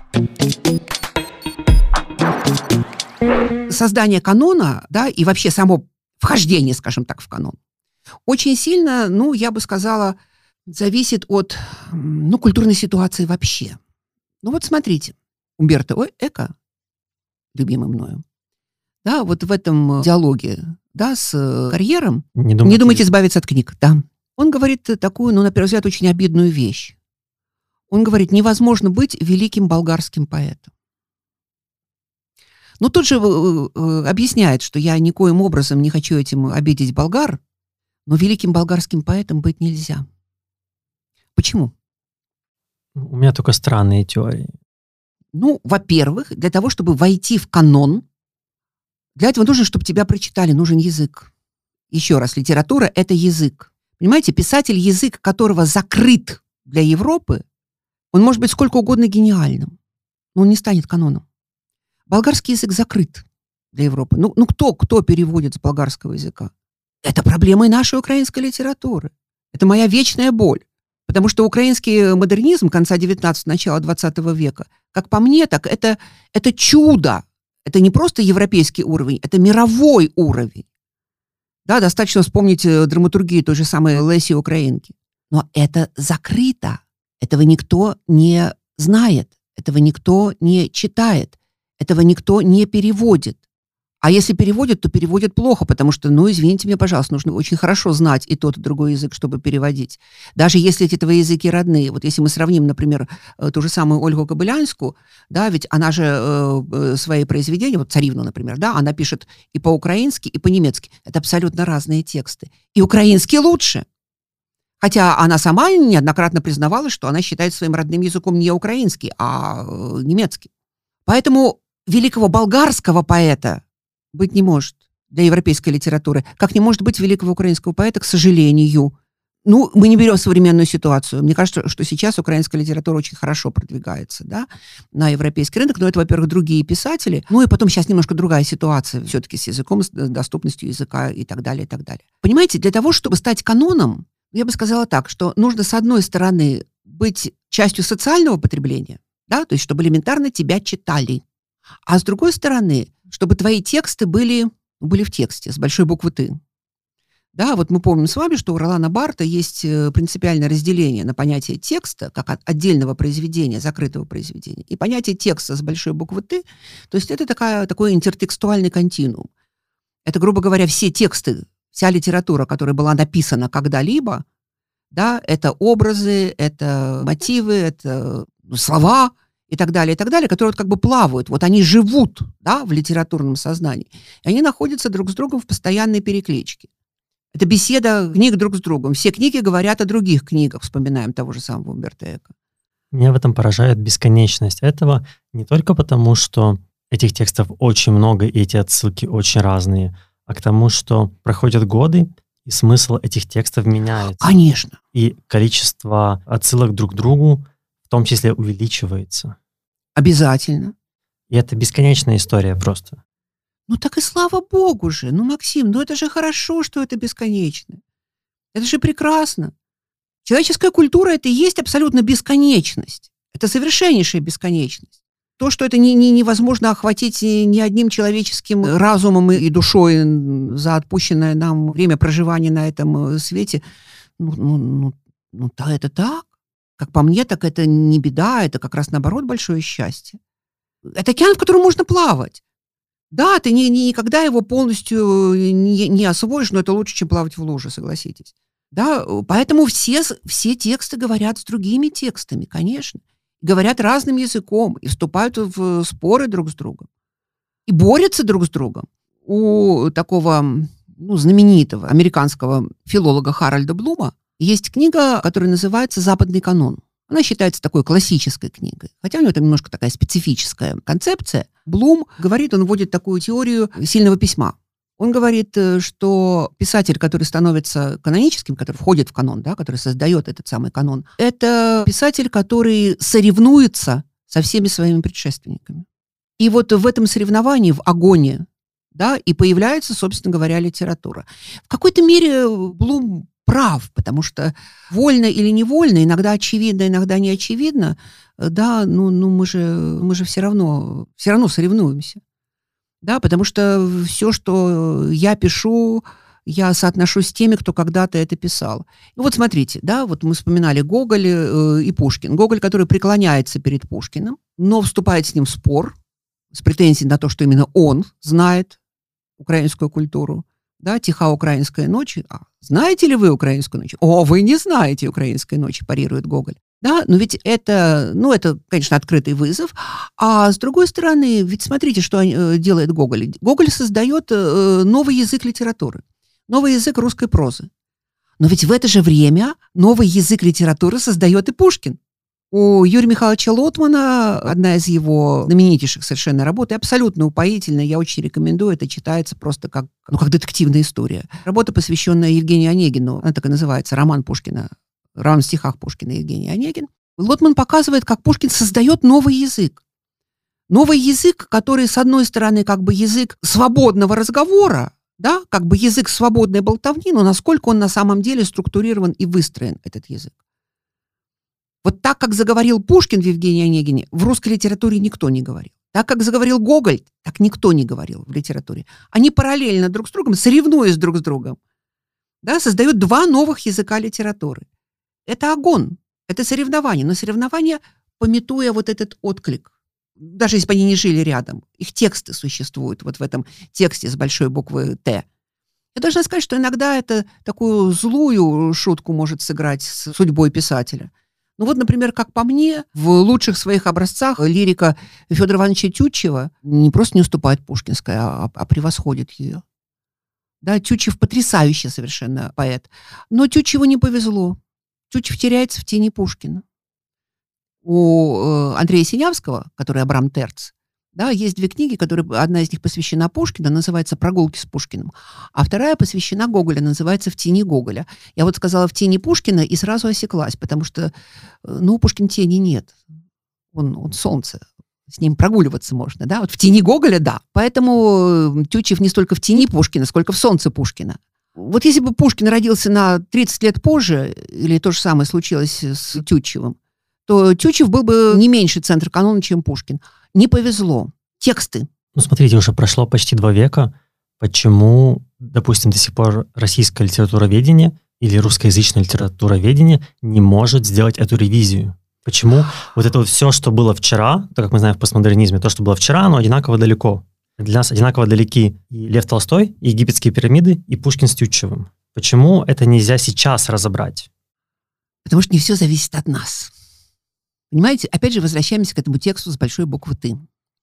Создание канона, да, и вообще само вхождение, скажем так, в канон, очень сильно, ну, я бы сказала, зависит от, ну, культурной ситуации вообще. Ну, вот смотрите, Умберто Эко, любимый мною, да, вот в этом диалоге, да, с Карьером, Не не думайте, думайте избавиться от книг, да. Он говорит такую, ну, на первый взгляд, очень обидную вещь. Он говорит, невозможно быть великим болгарским поэтом. Но тут же э, э, объясняет, что я никоим образом не хочу этим обидеть болгар, но великим болгарским поэтом быть нельзя. Почему? У меня только странные теории. Ну, во-первых, для того, чтобы войти в канон, для этого нужно, чтобы тебя прочитали, нужен язык. Еще раз, литература — это язык. Понимаете, писатель, язык которого закрыт для Европы, он может быть сколько угодно гениальным, но он не станет каноном. Болгарский язык закрыт для Европы. Ну, ну кто, кто переводит с болгарского языка? Это проблема и нашей украинской литературы. Это моя вечная боль. Потому что украинский модернизм конца девятнадцатого, начала двадцатого века, как по мне, так это, это чудо. Это не просто европейский уровень, это мировой уровень. Да, достаточно вспомнить драматургию той же самой Леси Украинки. Но это закрыто. Этого никто не знает. Этого никто не читает. Этого никто не переводит. А если переводят, то переводят плохо, потому что, ну, извините меня, пожалуйста, нужно очень хорошо знать и тот, и другой язык, чтобы переводить. Даже если эти твои языки родные. Вот если мы сравним, например, ту же самую Ольгу Кобылянскую, да, ведь она же э, свои произведения, вот «Царевну», например, да, она пишет и по-украински, и по-немецки. Это абсолютно разные тексты. И украинский лучше. Хотя она сама неоднократно признавалась, что она считает своим родным языком не украинский, а э, немецкий. Поэтому великого болгарского поэта быть не может для европейской литературы, как не может быть великого украинского поэта, к сожалению. Ну, мы не берем современную ситуацию. Мне кажется, что сейчас украинская литература очень хорошо продвигается, да, на европейский рынок, но это, во-первых, другие писатели, ну и потом сейчас немножко другая ситуация все-таки с языком, с доступностью языка и так далее, и так далее. Понимаете, для того, чтобы стать каноном, я бы сказала так, что нужно, с одной стороны, быть частью социального потребления, да, то есть чтобы элементарно тебя читали, а с другой стороны, чтобы твои тексты были, были в тексте, с большой буквы «Ты». Да, вот мы помним с вами, что у Ролана Барта есть принципиальное разделение на понятие текста, как отдельного произведения, закрытого произведения, и понятие текста с большой буквы «Ты». То есть это такая, такой интертекстуальный континуум. Это, грубо говоря, все тексты, вся литература, которая была написана когда-либо, да, это образы, это мотивы, это слова и так далее, и так далее, которые вот как бы плавают. Вот они живут, да, в литературном сознании. И они находятся друг с другом в постоянной перекличке. Это беседа книг друг с другом. Все книги говорят о других книгах, вспоминаем того же самого Умберто Эко. Меня в этом поражает бесконечность этого, не только потому, что этих текстов очень много, и эти отсылки очень разные, а к тому, что проходят годы, и смысл этих текстов меняется. Конечно. И количество отсылок друг к другу в том числе увеличивается. Обязательно. И это бесконечная история просто. Ну так и слава богу же. Ну, Максим, ну это же хорошо, что это бесконечно. Это же прекрасно. Человеческая культура — это и есть абсолютно бесконечность. Это совершеннейшая бесконечность. То, что это не, не, невозможно охватить ни одним человеческим разумом и душой за отпущенное нам время проживания на этом свете, ну, ну, ну, ну да, это так. Как по мне, так это не беда, это как раз наоборот большое счастье. Это океан, в котором можно плавать. Да, ты не, не, никогда его полностью не, не освоишь, но это лучше, чем плавать в луже, согласитесь. Да, поэтому все, все тексты говорят с другими текстами, конечно. Говорят разным языком и вступают в споры друг с другом. И борются друг с другом. У такого, ну, знаменитого американского филолога Харальда Блума есть книга, которая называется «Западный канон». Она считается такой классической книгой. Хотя у него там немножко такая специфическая концепция. Блум говорит, он вводит такую теорию сильного письма. Он говорит, что писатель, который становится каноническим, который входит в канон, да, который создает этот самый канон, это писатель, который соревнуется со всеми своими предшественниками. И вот в этом соревновании, в агоне, да, и появляется, собственно говоря, литература. В какой-то мере Блум прав, потому что вольно или невольно, иногда очевидно, иногда не очевидно, да, ну, ну мы же, мы же все равно, все равно соревнуемся. Да, потому что все, что я пишу, я соотношу с теми, кто когда-то это писал. И вот смотрите, да, вот мы вспоминали Гоголь э, и Пушкин. Гоголь, который преклоняется перед Пушкиным, но вступает с ним в спор, с претензией на то, что именно он знает украинскую культуру. Да, «Тиха украинская ночь». А знаете ли вы украинскую ночь? О, вы не знаете украинской ночи, парирует Гоголь. Да, но ведь это, ну, это, конечно, открытый вызов. А с другой стороны, ведь смотрите, что делает Гоголь. Гоголь создает новый язык литературы, новый язык русской прозы. Но ведь в это же время новый язык литературы создает и Пушкин. У Юрия Михайловича Лотмана одна из его знаменитейших совершенно работ, и абсолютно упоительная, я очень рекомендую, это читается просто как, ну, как детективная история. Работа, посвященная Евгению Онегину, она так и называется, роман Пушкина, роман в стихах Пушкина Евгений Онегин. Лотман показывает, как Пушкин создает новый язык. Новый язык, который, с одной стороны, как бы язык свободного разговора, да, как бы язык свободной болтовни, но насколько он на самом деле структурирован и выстроен, этот язык. Вот так, как заговорил Пушкин в Евгении Онегине, в русской литературе никто не говорил. Так, как заговорил Гоголь, так никто не говорил в литературе. Они параллельно друг с другом, соревнуясь друг с другом, да, создают два новых языка литературы. Это огонь, это соревнование, но соревнование, памятуя вот этот отклик. Даже если бы они не жили рядом, их тексты существуют вот в этом тексте с большой буквы «Т». Я должна сказать, что иногда это такую злую шутку может сыграть с судьбой писателя. Ну вот, например, как по мне, в лучших своих образцах лирика Федора Ивановича Тютчева не просто не уступает пушкинской, а, а превосходит ее. Да, Тютчев потрясающий совершенно поэт. Но Тютчеву не повезло. Тютчев теряется в тени Пушкина. У э, Андрея Синявского, который Абрам Терц, да, есть две книги, которые, одна из них посвящена Пушкину, называется «Прогулки с Пушкиным», а вторая посвящена Гоголю, называется «В тени Гоголя». Я вот сказала «В тени Пушкина» и сразу осеклась, потому что, ну, у Пушкина тени нет. Он, он солнце, с ним прогуливаться можно, да. Вот в тени Гоголя, да. Поэтому Тютчев не столько в тени Пушкина, сколько в солнце Пушкина. Вот если бы Пушкин родился на тридцать лет позже, или то же самое случилось с Тютчевым, то Тютчев был бы не меньше центр канона, чем Пушкин. Не повезло. Тексты. Ну, смотрите, уже прошло почти два века. Почему, допустим, до сих пор российское литературоведение или русскоязычное литературоведение не может сделать эту ревизию? Почему вот это вот все, что было вчера, так как мы знаем в постмодернизме, то, что было вчера, оно одинаково далеко. Для нас одинаково далеки и Лев Толстой, и египетские пирамиды, и Пушкин с Тютчевым. Почему это нельзя сейчас разобрать? Потому что не все зависит от нас. Понимаете, опять же возвращаемся к этому тексту с большой буквы «Ты».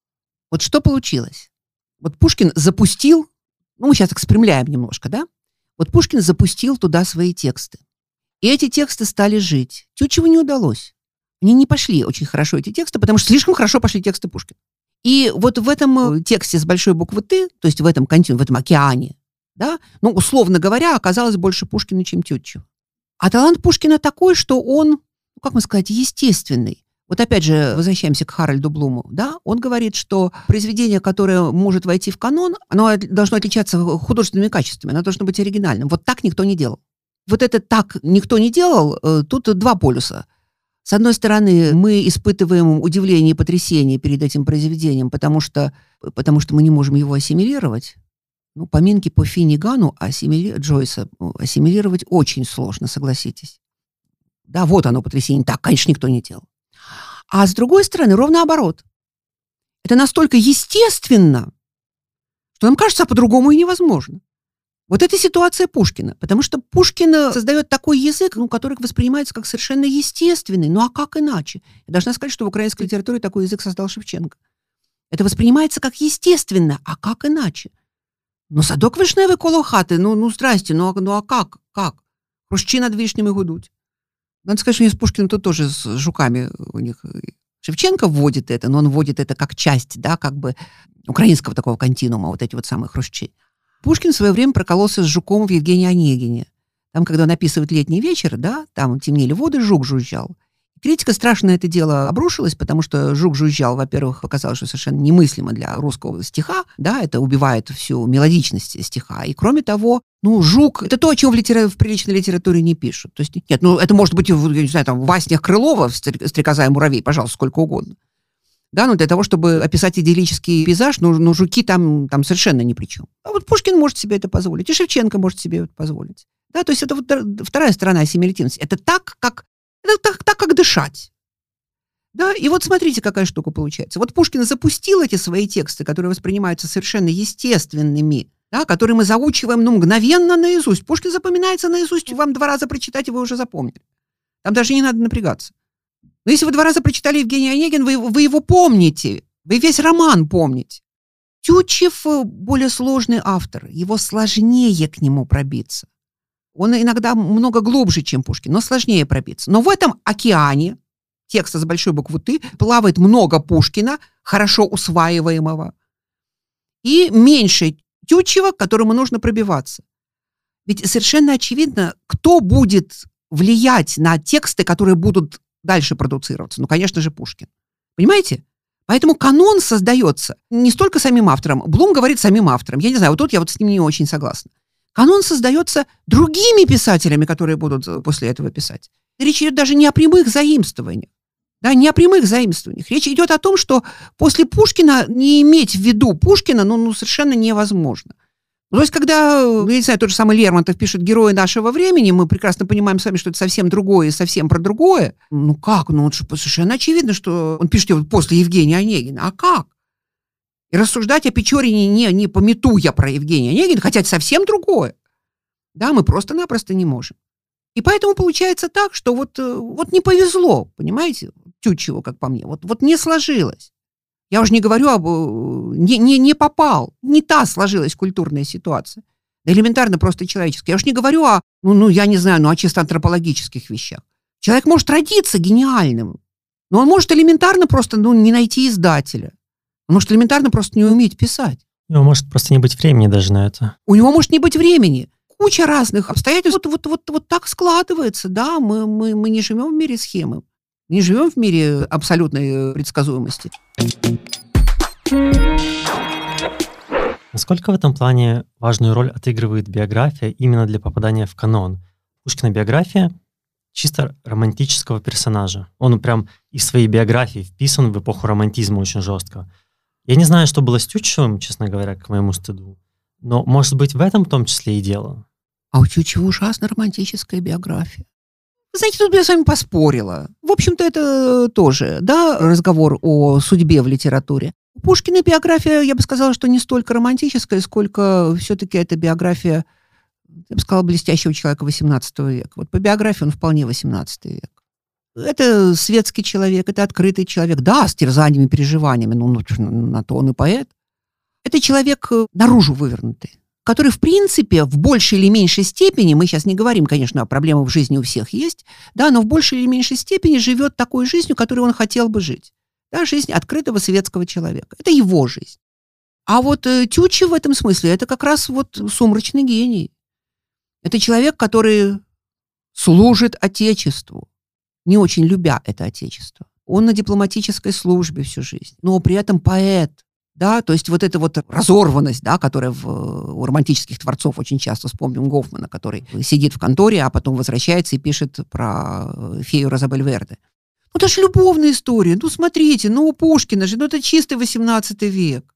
Вот что получилось? Вот Пушкин запустил, ну мы сейчас так спрямляем немножко, да? Вот Пушкин запустил туда свои тексты. И эти тексты стали жить. Тютчеву не удалось. Они не пошли очень хорошо, эти тексты, потому что слишком хорошо пошли тексты Пушкина. И вот в этом тексте с большой буквы «Ты», то есть в этом континууме, в этом океане, да, ну, условно говоря, оказалось больше Пушкина, чем Тютчева. А талант Пушкина такой, что он, ну, как мы сказать, естественный. Вот опять же, возвращаемся к Харальду Блуму, да, он говорит, что произведение, которое может войти в канон, оно должно отличаться художественными качествами, оно должно быть оригинальным. Вот так никто не делал. Вот это так никто не делал, тут два полюса. С одной стороны, мы испытываем удивление и потрясение перед этим произведением, потому что, потому что мы не можем его ассимилировать. Ну, поминки по Финнигану ассимили... Джойса ассимилировать очень сложно, согласитесь. Да, вот оно потрясение. Так, конечно, никто не делал. А с другой стороны, ровно наоборот. Это настолько естественно, что нам кажется, а по-другому и невозможно. Вот это ситуация Пушкина. Потому что Пушкин создает такой язык, ну, который воспринимается как совершенно естественный. Ну, а как иначе? Я должна сказать, что в украинской литературе такой язык создал Шевченко. Это воспринимается как естественно. А как иначе? Ну, садок вишневий коло хати. Ну, ну здрасте, ну, ну а как? Как? Хрущи над вишнями гудуть. Надо сказать, что они с Пушкиным тут тоже с жуками у них. Шевченко вводит это, но он вводит это как часть, да, как бы украинского такого континуума, вот эти вот самые хрущи. Пушкин в свое время прокололся с жуком в Евгении Онегине. Там, когда он описывает летний вечер, да, там темнели воды, жук жужжал. Критика страшно на это дело обрушилась, потому что «Жук жужжал», во-первых, показалось, что совершенно немыслимо для русского стиха, да, это убивает всю мелодичность стиха. И кроме того, ну, «Жук» — это то, о чем в, литера... в приличной литературе не пишут. То есть, нет, ну, это может быть, я не знаю, там, в баснях Крылова, в «Стрекоза и муравей», пожалуйста, сколько угодно. Да, но для того, чтобы описать идиллический пейзаж, ну, ну жуки там, там совершенно ни при чем. А вот Пушкин может себе это позволить, и Шевченко может себе это позволить. Да, то есть это вот вторая сторона ассимилятивности. Это так, как, это так, так, как дышать. Да, и вот смотрите, какая штука получается. Вот Пушкин запустил эти свои тексты, которые воспринимаются совершенно естественными, да, которые мы заучиваем, ну, мгновенно наизусть. Пушкин запоминается наизусть, вам два раза прочитать, и вы уже запомнили. Там даже не надо напрягаться. Но если вы два раза прочитали Евгения Онегина, вы, вы его помните, вы весь роман помните. Тютчев более сложный автор, его сложнее к нему пробиться. Он иногда много глубже, чем Пушкин, но сложнее пробиться. Но в этом океане текста с большой буквы «Т» плавает много Пушкина, хорошо усваиваемого, и меньше Тютчева, к которому нужно пробиваться. Ведь совершенно очевидно, кто будет влиять на тексты, которые будут дальше продуцироваться. Ну, конечно же, Пушкин. Понимаете? Поэтому канон создается не столько самим автором. Блум говорит самим автором. Я не знаю, вот тут я вот с ним не очень согласна. Канон создается другими писателями, которые будут после этого писать. Речь идет даже не о прямых заимствованиях. Да, не о прямых заимствованиях. Речь идет о том, что после Пушкина не иметь в виду Пушкина ну, ну, совершенно невозможно. То есть, когда, ну, я не знаю, тот же самый Лермонтов пишет «Герои нашего времени», мы прекрасно понимаем с вами, что это совсем другое и совсем про другое. Ну как? Ну, это совершенно очевидно, что он пишет его после Евгения Онегина. А как? И рассуждать о Печорине не, не пометуя про Евгения Онегина, хотя это совсем другое. Да, мы просто-напросто не можем. И поэтому получается так, что вот, вот не повезло, понимаете, Тютчеву, как по мне. Вот, вот не сложилось. Я уже не говорю об... Не, не, не попал. Не та сложилась культурная ситуация. Да элементарно просто человеческая. Я уж не говорю о, ну, ну, я не знаю, ну, о чисто антропологических вещах. Человек может родиться гениальным, но он может элементарно просто, ну, не найти издателя. Он может элементарно просто не уметь писать. У него может просто не быть времени даже на это. У него может не быть времени. Куча разных обстоятельств. Вот, вот, вот, вот так складывается, да. Мы, мы, мы не живем в мире схемы. Не живем в мире абсолютной предсказуемости. Насколько в этом плане важную роль отыгрывает биография именно для попадания в канон? Пушкина биография чисто романтического персонажа. Он прям из своей биографии вписан в эпоху романтизма очень жестко. Я не знаю, что было с Тютчевым, честно говоря, к моему стыду. Но, может быть, в этом в том числе и дело. А у Тютчева ужасно романтическая биография. Знаете, тут я с вами поспорила. В общем-то, это тоже, да, разговор о судьбе в литературе. У Пушкина биография, я бы сказала, что не столько романтическая, сколько все-таки это биография, я бы сказала, блестящего человека восемнадцатого века. Вот по биографии он вполне восемнадцатый век. Это светский человек, это открытый человек, да, с терзаниями, переживаниями, ну, на то он и поэт. Это человек наружу вывернутый, который, в принципе, в большей или меньшей степени, мы сейчас не говорим, конечно, о проблемах в жизни у всех есть, да, но в большей или меньшей степени живет такой жизнью, которой он хотел бы жить. Да, жизнь открытого светского человека. Это его жизнь. А вот э, Тютчев в этом смысле, это как раз вот сумрачный гений. Это человек, который служит Отечеству, не очень любя это Отечество. Он на дипломатической службе всю жизнь, но при этом поэт. Да, то есть вот эта вот разорванность, да, которая в, у романтических творцов очень часто, вспомним Гофмана, который сидит в конторе, а потом возвращается и пишет про фею Розабель Верде. Ну, это же любовная история. Ну, смотрите, ну, у Пушкина же, ну, это чистый восемнадцатый век.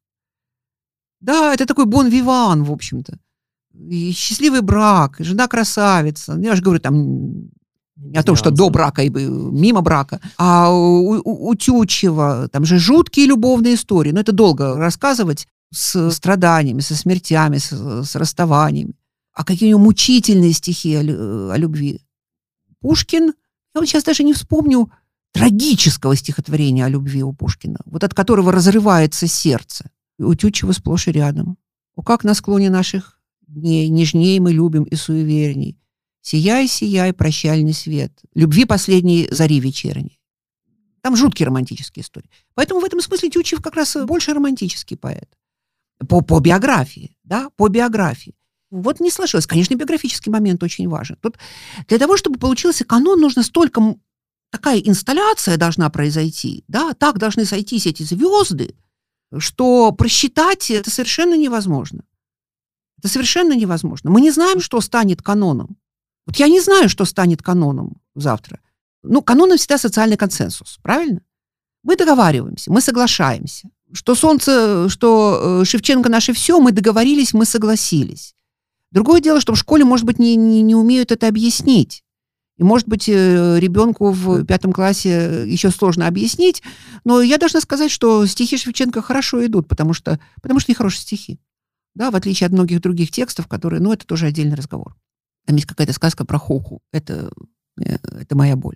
Да, это такой бон-виван, в общем-то. И счастливый брак, жена красавица. Я же говорю, там... Не о том, что до брака и мимо брака. А у, у, у Тютчева там же жуткие любовные истории. Но это долго рассказывать с страданиями, со смертями, с, с расставаниями. А какие у него мучительные стихи о, о любви. Пушкин, я вот сейчас даже не вспомню трагического стихотворения о любви у Пушкина, вот от которого разрывается сердце. У Тютчева сплошь и рядом. О, как на склоне наших дней нежней мы любим и суеверней. Сияй, сияй, прощальный свет. Любви последней зари вечерней. Там жуткие романтические истории. Поэтому в этом смысле Тютчев как раз больше романтический поэт. По, по биографии, да, по биографии. Вот не сложилось. Конечно, биографический момент очень важен. Тут для того, чтобы получился канон, нужно столько такая инсталляция должна произойти, да, так должны сойтись эти звезды, что просчитать это совершенно невозможно. Это совершенно невозможно. Мы не знаем, что станет каноном. Вот я не знаю, что станет каноном завтра. Ну, каноном всегда социальный консенсус, правильно? Мы договариваемся, мы соглашаемся. Что Солнце, что Шевченко наше все, мы договорились, мы согласились. Другое дело, что в школе, может быть, не, не, не умеют это объяснить. И, может быть, ребенку в пятом классе еще сложно объяснить, но я должна сказать, что стихи Шевченко хорошо идут, потому что, потому что они хорошие стихи. Да, в отличие от многих других текстов, которые, ну, это тоже отдельный разговор. Там есть какая-то сказка про Хоху. Это, это моя боль.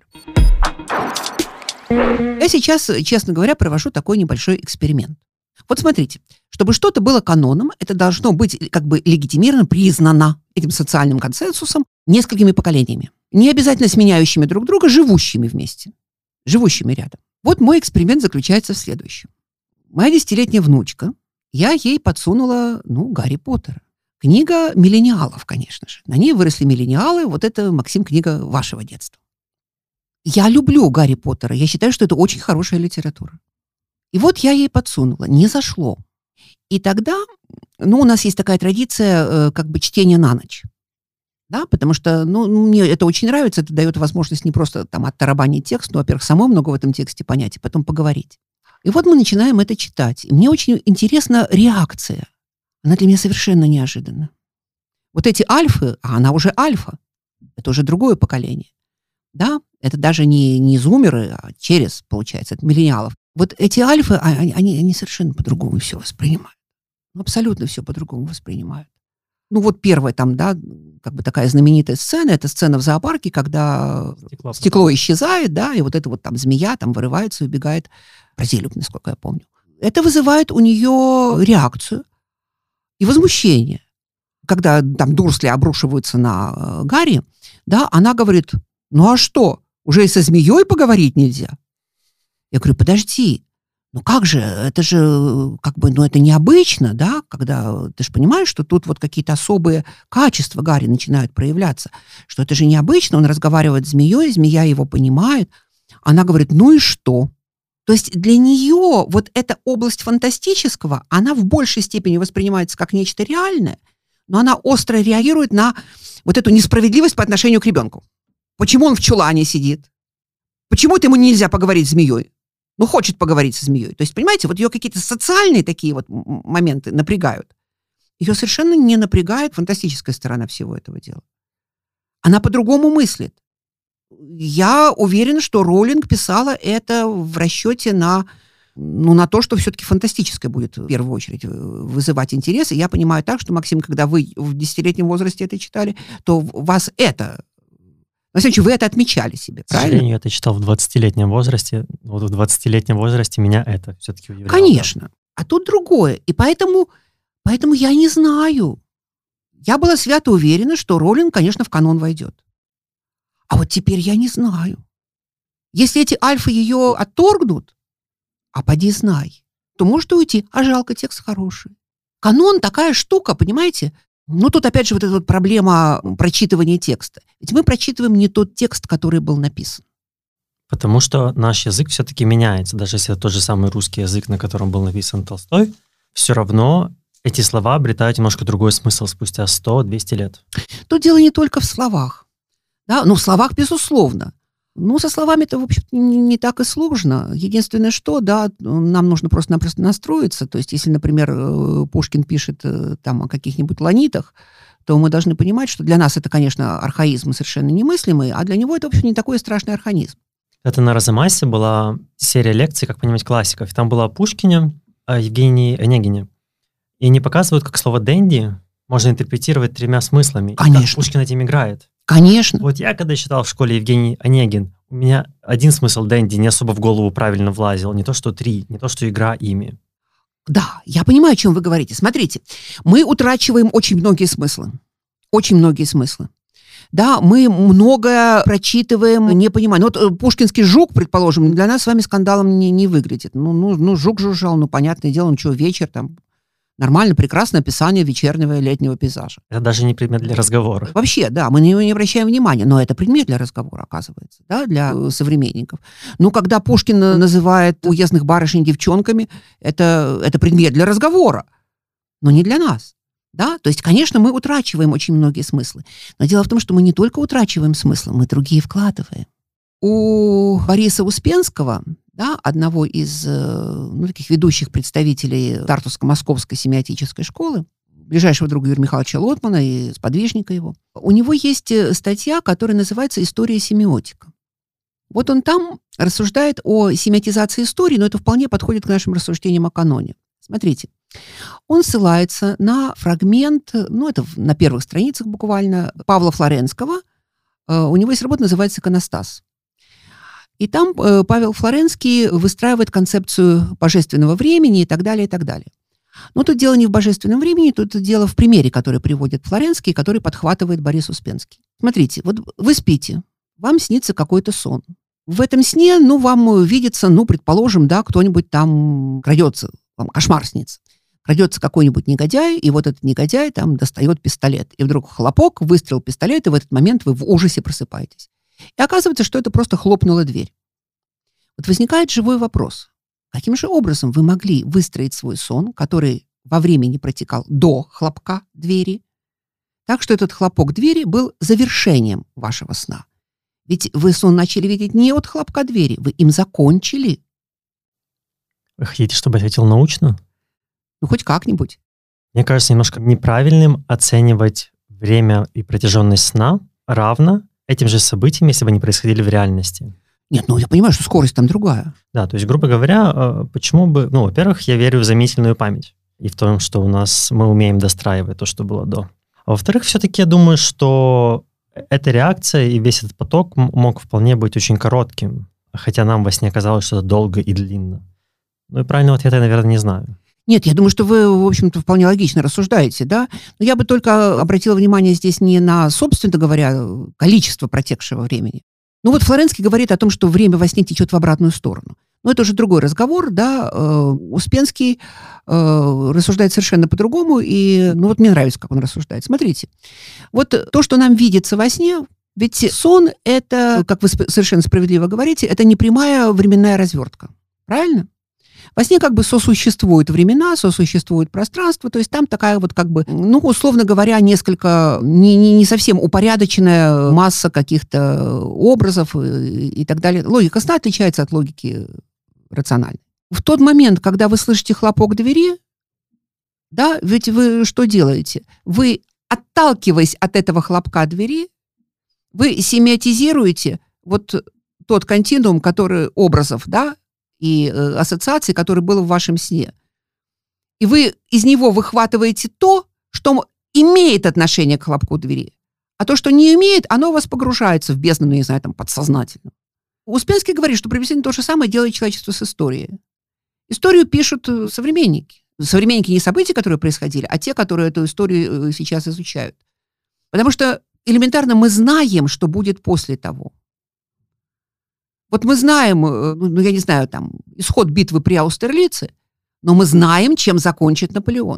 Я сейчас, честно говоря, провожу такой небольшой эксперимент. Вот смотрите, чтобы что-то было каноном, это должно быть как бы легитимировано, признано этим социальным консенсусом несколькими поколениями. Не обязательно сменяющими друг друга, живущими вместе. Живущими рядом. Вот мой эксперимент заключается в следующем. Моя десятилетняя внучка, я ей подсунула, ну, Гарри Поттера. Книга миллениалов, конечно же. На ней выросли миллениалы. Вот это, Максим, книга вашего детства. Я люблю Гарри Поттера. Я считаю, что это очень хорошая литература. И вот я ей подсунула. Не зашло. И тогда, ну, у нас есть такая традиция, э, как бы чтения на ночь. Да, потому что, ну, мне это очень нравится. Это дает возможность не просто там оттарабанить текст, но, во-первых, самой много в этом тексте понять, и потом поговорить. И вот мы начинаем это читать. И мне очень интересна реакция. Она для меня совершенно неожиданна. Вот эти альфы, а она уже альфа, это уже другое поколение. Да, это даже не, не зумеры, а через, получается, это миллениалов. Вот эти альфы, они, они, они совершенно по-другому все воспринимают. Ну, абсолютно все по-другому воспринимают. Ну, вот первая там, да, как бы такая знаменитая сцена, это сцена в зоопарке, когда стекло, стекло исчезает, да, и вот эта вот там змея там вырывается и убегает в Бразилию, насколько я помню. Это вызывает у нее реакцию и возмущение. Когда там Дурсли обрушиваются на э, Гарри, да, она говорит: ну а что, уже и со змеей поговорить нельзя? Я говорю: подожди, ну как же, это же как бы, ну это необычно, да, когда ты же понимаешь, что тут вот какие-то особые качества Гарри начинают проявляться, что это же необычно, он разговаривает с змеей, змея его понимает. Она говорит: ну и что? То есть для нее вот эта область фантастического, она в большей степени воспринимается как нечто реальное, но она остро реагирует на вот эту несправедливость по отношению к ребенку. Почему он в чулане сидит? Почему ему нельзя поговорить с змеей? Ну, хочет поговорить со змеей. То есть, понимаете, вот ее какие-то социальные такие вот моменты напрягают. Ее совершенно не напрягает фантастическая сторона всего этого дела. Она по-другому мыслит. Я уверена, что Роулинг писала это в расчете на, ну, на то, что все-таки фантастическое будет в первую очередь вызывать интерес. И я понимаю так, что, Максим, когда вы в десятилетнем возрасте это читали, то вас это... На самом деле, вы это отмечали себе, правильно? К сожалению, я это читал в двадцатилетнем возрасте. Вот в двадцатилетнем возрасте меня это все-таки удивляло. Конечно. А тут другое. И поэтому, поэтому я не знаю. Я была свято уверена, что Роулинг, конечно, в канон войдет. А вот теперь я не знаю. Если эти альфы ее отторгнут, а поди знай, то может и уйти. А жалко, текст хороший. Канон такая штука, понимаете? Ну, тут опять же вот эта вот проблема прочитывания текста. Ведь мы прочитываем не тот текст, который был написан. Потому что наш язык все-таки меняется. Даже если это тот же самый русский язык, на котором был написан Толстой, все равно эти слова обретают немножко другой смысл спустя сто-двести лет. Тут дело не только в словах. Да? Ну, в словах, безусловно. Ну, со словами-то, в общем-то, не, не так и сложно. Единственное, что, да, нам нужно просто-напросто настроиться. То есть, если, например, Пушкин пишет там о каких-нибудь ланитах, то мы должны понимать, что для нас это, конечно, архаизм совершенно немыслимый, а для него это, в общем, не такой страшный архаизм. Это на Розамасе была серия лекций, как понимать классиков. Там было о Пушкине, о Евгении Онегине. И они показывают, как слово «дэнди» можно интерпретировать тремя смыслами. Конечно. И как Пушкин этим играет. Конечно. Вот я, когда читал в школе Евгений Онегин, у меня один смысл «дэнди» не особо в голову правильно влазил. Не то, что три, не то, что игра ими. Да, я понимаю, о чем вы говорите. Смотрите, мы утрачиваем очень многие смыслы. Очень многие смыслы. Да, мы многое прочитываем, не понимаем. Ну, вот пушкинский жук, предположим, для нас с вами скандалом не, не выглядит. Ну, ну, ну, жук жужжал, ну, понятное дело, ну, что, вечер там, Нормально, прекрасное описание вечернего и летнего пейзажа. Это даже не предмет для разговора. Вообще, да, мы на него не обращаем внимания, но это предмет для разговора, оказывается, да, для э, современников. Ну, когда Пушкин называет уездных барышень девчонками, это, это предмет для разговора, но не для нас. Да? То есть, конечно, мы утрачиваем очень многие смыслы. Но дело в том, что мы не только утрачиваем смыслы, мы другие вкладываем. У Бориса Успенского, да, одного из ну, таких ведущих представителей Тартуско-Московской семиотической школы, ближайшего друга Юрия Михайловича Лотмана и сподвижника его, у него есть статья, которая называется «История семиотика». Вот он там рассуждает о семиотизации истории, но это вполне подходит к нашим рассуждениям о каноне. Смотрите, он ссылается на фрагмент, ну, это на первых страницах буквально, Павла Флоренского. У него есть работа, называется «Иконостас». И там Павел Флоренский выстраивает концепцию божественного времени и так далее, и так далее. Но тут дело не в божественном времени, тут дело в примере, который приводит Флоренский, который подхватывает Борис Успенский. Смотрите, вот вы спите, вам снится какой-то сон. В этом сне, ну, вам видится, ну, предположим, да, кто-нибудь там крадется, вам кошмар снится. Крадется какой-нибудь негодяй, и вот этот негодяй там достает пистолет. И вдруг хлопок, выстрел пистолета, и в этот момент вы в ужасе просыпаетесь. И оказывается, что это просто хлопнула дверь. Вот возникает живой вопрос. Каким же образом вы могли выстроить свой сон, который во времени протекал до хлопка двери, так что этот хлопок двери был завершением вашего сна? Ведь вы сон начали видеть не от хлопка двери, вы им закончили. Вы хотите, чтобы я ответил научно? Ну, хоть как-нибудь. Мне кажется немножко неправильным оценивать время и протяженность сна равно этим же событиям, если бы они происходили в реальности. Нет, ну я понимаю, что скорость там другая. Да, то есть, грубо говоря, почему бы... Ну, во-первых, я верю в заменительную память и в том, что у нас мы умеем достраивать то, что было до. А во-вторых, все-таки я думаю, что эта реакция и весь этот поток мог вполне быть очень коротким, хотя нам во сне казалось, что это долго и длинно. Ну и правильного ответа я, наверное, не знаю. Нет, я думаю, что вы, в общем-то, вполне логично рассуждаете, да? Но я бы только обратила внимание здесь не на, собственно говоря, количество протекшего времени. Ну вот Флоренский говорит о том, что время во сне течет в обратную сторону. Но это уже другой разговор, да? Успенский рассуждает совершенно по-другому, и, ну вот мне нравится, как он рассуждает. Смотрите, вот то, что нам видится во сне, ведь сон – это, как вы совершенно справедливо говорите, это не прямая временная развертка. Правильно? Во сне как бы сосуществуют времена, сосуществует пространство, то есть там такая вот как бы, ну, условно говоря, несколько, не, не, не совсем упорядоченная масса каких-то образов и, и так далее. Логика сна отличается от логики рациональной. В тот момент, когда вы слышите хлопок двери, да, ведь вы что делаете? Вы, отталкиваясь от этого хлопка двери, вы семиотизируете вот тот континуум, который образов, да, и э, ассоциаций, который был в вашем сне. И вы из него выхватываете то, что имеет отношение к хлопку двери. А то, что не имеет, оно у вас погружается в бездну, ну, не знаю, там, подсознательно. Успенский говорит, что приблизительно то же самое делает человечество с историей. Историю пишут современники. Современники не события, которые происходили, а те, которые эту историю сейчас изучают. Потому что элементарно мы знаем, что будет после того. Вот мы знаем, ну, я не знаю, там, исход битвы при Аустерлице, но мы знаем, чем закончит Наполеон.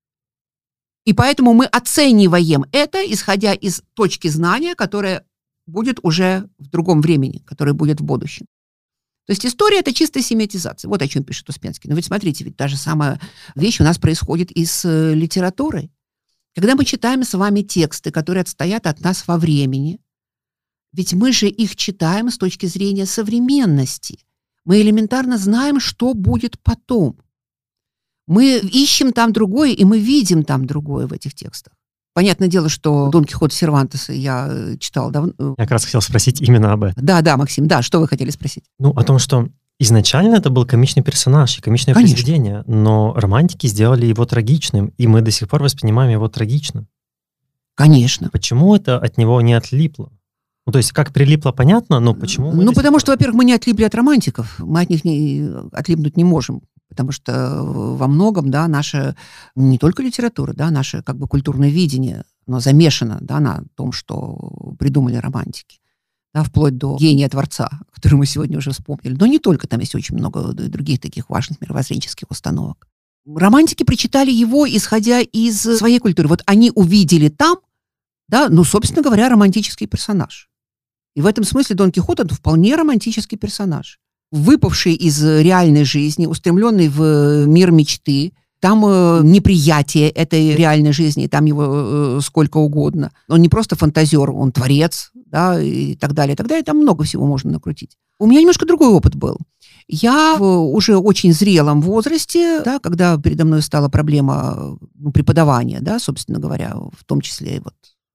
И поэтому мы оцениваем это, исходя из точки знания, которая будет уже в другом времени, которая будет в будущем. То есть история – это чистая семиотизация. Вот о чем пишет Успенский. Но ведь смотрите, ведь та же самая вещь у нас происходит и с литературой. Когда мы читаем с вами тексты, которые отстоят от нас во времени, ведь мы же их читаем с точки зрения современности. Мы элементарно знаем, что будет потом. Мы ищем там другое, и мы видим там другое в этих текстах. Понятное дело, что Дон Кихот Сервантеса я читала давно. Я как раз хотел спросить именно об этом. Да, да, Максим, да, что вы хотели спросить? Ну, о том, что изначально это был комичный персонаж и комичное Конечно. произведение, но романтики сделали его трагичным, и мы до сих пор воспринимаем его трагично. Конечно. Почему это от него не отлипло? Ну, то есть, как прилипло, понятно, но почему? Ну, потому что, во-первых, мы не отлипли от романтиков, мы от них не, отлипнуть не можем, потому что во многом, да, наша, не только литература, да, наше как бы культурное видение, оно замешано, да, на том, что придумали романтики, да, вплоть до гения Творца, который мы сегодня уже вспомнили. Но не только, там есть очень много других таких важных мировоззренческих установок. романтики прочитали его, исходя из своей культуры. Вот они увидели там, да, ну, собственно говоря, романтический персонаж. И в этом смысле Дон Кихот – это вполне романтический персонаж. Выпавший из реальной жизни, устремленный в мир мечты. Там э, неприятие этой реальной жизни, там его э, сколько угодно. Он не просто фантазер, он творец, да, и так далее, и так далее. Там много всего можно накрутить. У меня немножко другой опыт был. Я в уже очень зрелом возрасте, да, когда передо мной стала проблема ну, преподавания, да, собственно говоря, в том числе и вот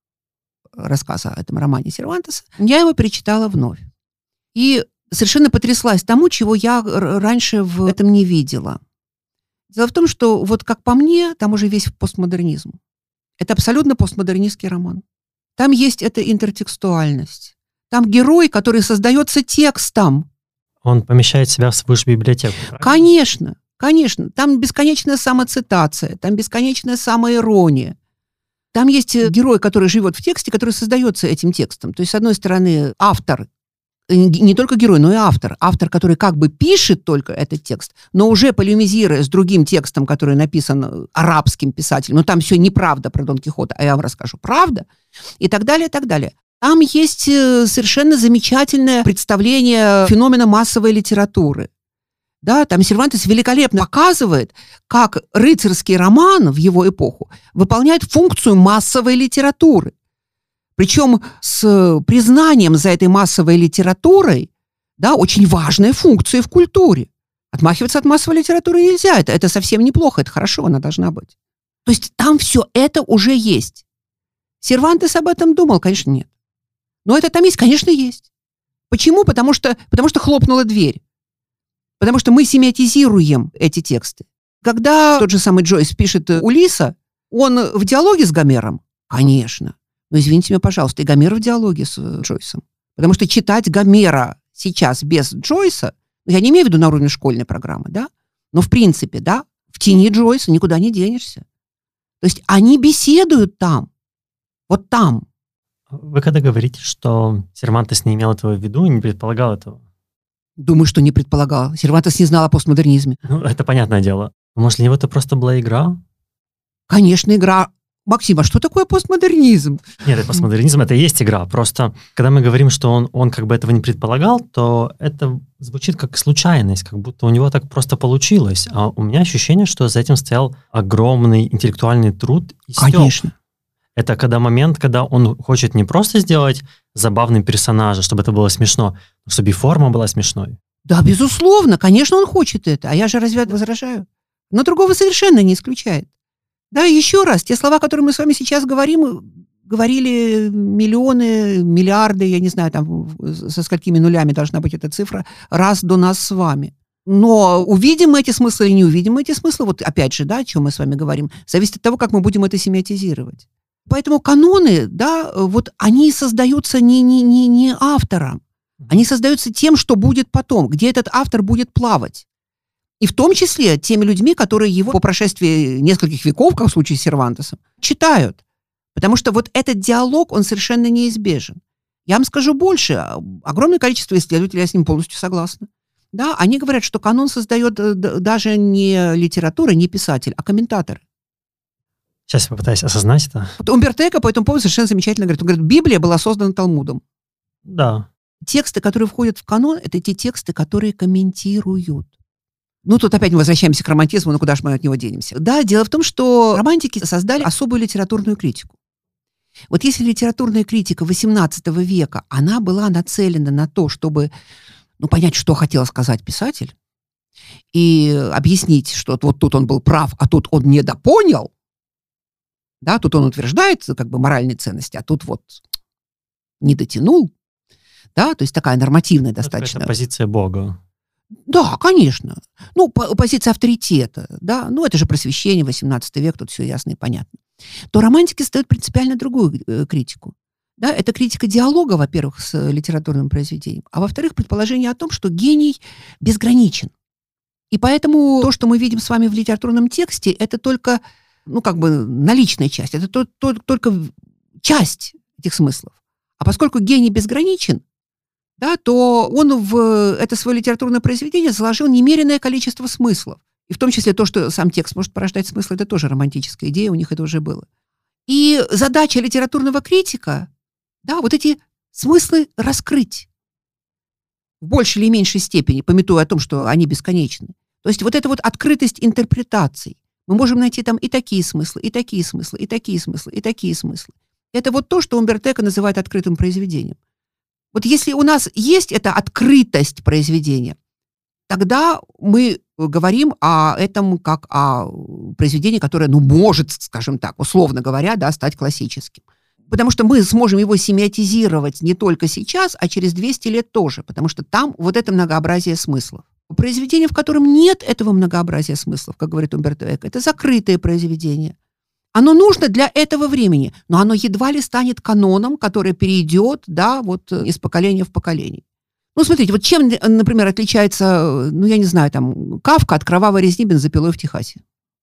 рассказа о этом романе Сервантеса, я его перечитала вновь. И совершенно потряслась тому, чего я раньше в этом не видела. Дело в том, что, вот как по мне, там уже весь постмодернизм. Это абсолютно постмодернистский роман. Там есть эта интертекстуальность. Там герой, который создается текстом. Он помещает себя в свою же библиотеку. Правильно? Конечно, конечно. Там бесконечная самоцитация, там бесконечная самоирония. Там есть герой, который живет в тексте, который создается этим текстом. То есть, с одной стороны, автор, не только герой, но и автор. Автор, который как бы пишет только этот текст, но уже полемизируя с другим текстом, который написан арабским писателем. Но там все неправда про Дон Кихота, а я вам расскажу правда. И так далее, и так далее. Там есть совершенно замечательное представление феномена массовой литературы. Да, там Сервантес великолепно показывает, как рыцарский роман в его эпоху выполняет функцию массовой литературы. Причем с признанием за этой массовой литературой, да, очень важной функции в культуре. Отмахиваться от массовой литературы нельзя. Это, это совсем неплохо, это хорошо, она должна быть. То есть там все это уже есть. Сервантес об этом думал? Конечно, нет. Но это там есть? Конечно, есть. Почему? Потому что, потому что хлопнула дверь. Потому что мы семиотизируем эти тексты. Когда тот же самый Джойс пишет Улисса, он в диалоге с Гомером? Конечно. Но извините меня, пожалуйста, и Гомер в диалоге с Джойсом. Потому что читать Гомера сейчас без Джойса, я не имею в виду на уровне школьной программы, да, но в принципе, да, в тени Джойса никуда не денешься. То есть они беседуют там, вот там. Вы когда говорите, что Сервантес не имел этого в виду и не предполагал этого? Думаю, что не предполагал. Сервантес не знал о постмодернизме. Ну, это понятное дело. Может, для него это просто была игра? Конечно, игра. Максим, а что такое постмодернизм? Нет, постмодернизм — это и есть игра. Просто, когда мы говорим, что он, он как бы этого не предполагал, то это звучит как случайность, как будто у него так просто получилось. А у меня ощущение, что за этим стоял огромный интеллектуальный труд и стёб. Конечно. Это когда момент, когда он хочет не просто сделать забавным персонажа, чтобы это было смешно, но чтобы и форма была смешной. Да, безусловно, конечно, он хочет это. А я же разве возражаю? Но другого совершенно не исключает. Да, еще раз, те слова, которые мы с вами сейчас говорим, говорили миллионы, миллиарды, я не знаю, там со сколькими нулями должна быть эта цифра, раз до нас с вами. Но увидим мы эти смыслы или не увидим мы эти смыслы, вот опять же, да, о чем мы с вами говорим, зависит от того, как мы будем это семиотизировать. Поэтому каноны, да, вот они создаются не, не, не, не автором, они создаются тем, что будет потом, где этот автор будет плавать. И в том числе теми людьми, которые его по прошествии нескольких веков, как в случае с Сервантесом, читают. Потому что вот этот диалог, он совершенно неизбежен. Я вам скажу больше. Огромное количество исследователей, я с ним полностью согласна. Да, они говорят, что канон создает даже не литература, не писатель, а комментатор. Сейчас я попытаюсь осознать это. Вот Умберто Эко по этому поводу совершенно замечательно говорит. Он говорит, Библия была создана Талмудом. Да. Тексты, которые входят в канон, это те тексты, которые комментируют. Ну, тут опять мы возвращаемся к романтизму, ну куда же мы от него денемся? Да, дело в том, что романтики создали особую литературную критику. Вот если литературная критика восемнадцатого века, она была нацелена на то, чтобы ну, понять, что хотел сказать писатель, и объяснить, что вот тут он был прав, а тут он недопонял, да, тут он утверждает как бы моральные ценности, а тут вот не дотянул, да, то есть такая нормативная достаточно. Это позиция Бога. Да, конечно. Ну, позиция авторитета, да, ну, это же просвещение, восемнадцатый век, тут все ясно и понятно. То романтики ставят принципиально другую э, критику. Да, это критика диалога, во-первых, с литературным произведением, а во-вторых, предположение о том, что гений безграничен. И поэтому то, что мы видим с вами в литературном тексте, это только, ну, как бы наличная часть, это то, то, только часть этих смыслов. А поскольку гений безграничен, да, то он в это свое литературное произведение заложил немеренное количество смыслов. И в том числе то, что сам текст может порождать смысл, это тоже романтическая идея, у них это уже было. И задача литературного критика, да, вот эти смыслы раскрыть в большей или меньшей степени, памятуя о том, что они бесконечны. То есть вот эта вот открытость интерпретаций. Мы можем найти там и такие смыслы, и такие смыслы, и такие смыслы, и такие смыслы. Это вот то, что Умберто Эко называет открытым произведением. Вот если у нас есть эта открытость произведения, тогда мы говорим о этом как о произведении, которое, ну, может, скажем так, условно говоря, да, стать классическим. Потому что мы сможем его семиотизировать не только сейчас, а через двести лет тоже, потому что там вот это многообразие смыслов. Произведение, в котором нет этого многообразия смыслов, как говорит Умберто Эко, это закрытое произведение. Оно нужно для этого времени, но оно едва ли станет каноном, который перейдет, да, вот из поколения в поколение. Ну, смотрите, вот чем, например, отличается, ну, я не знаю, там, Кафка от кровавой резни бензопилой в Техасе?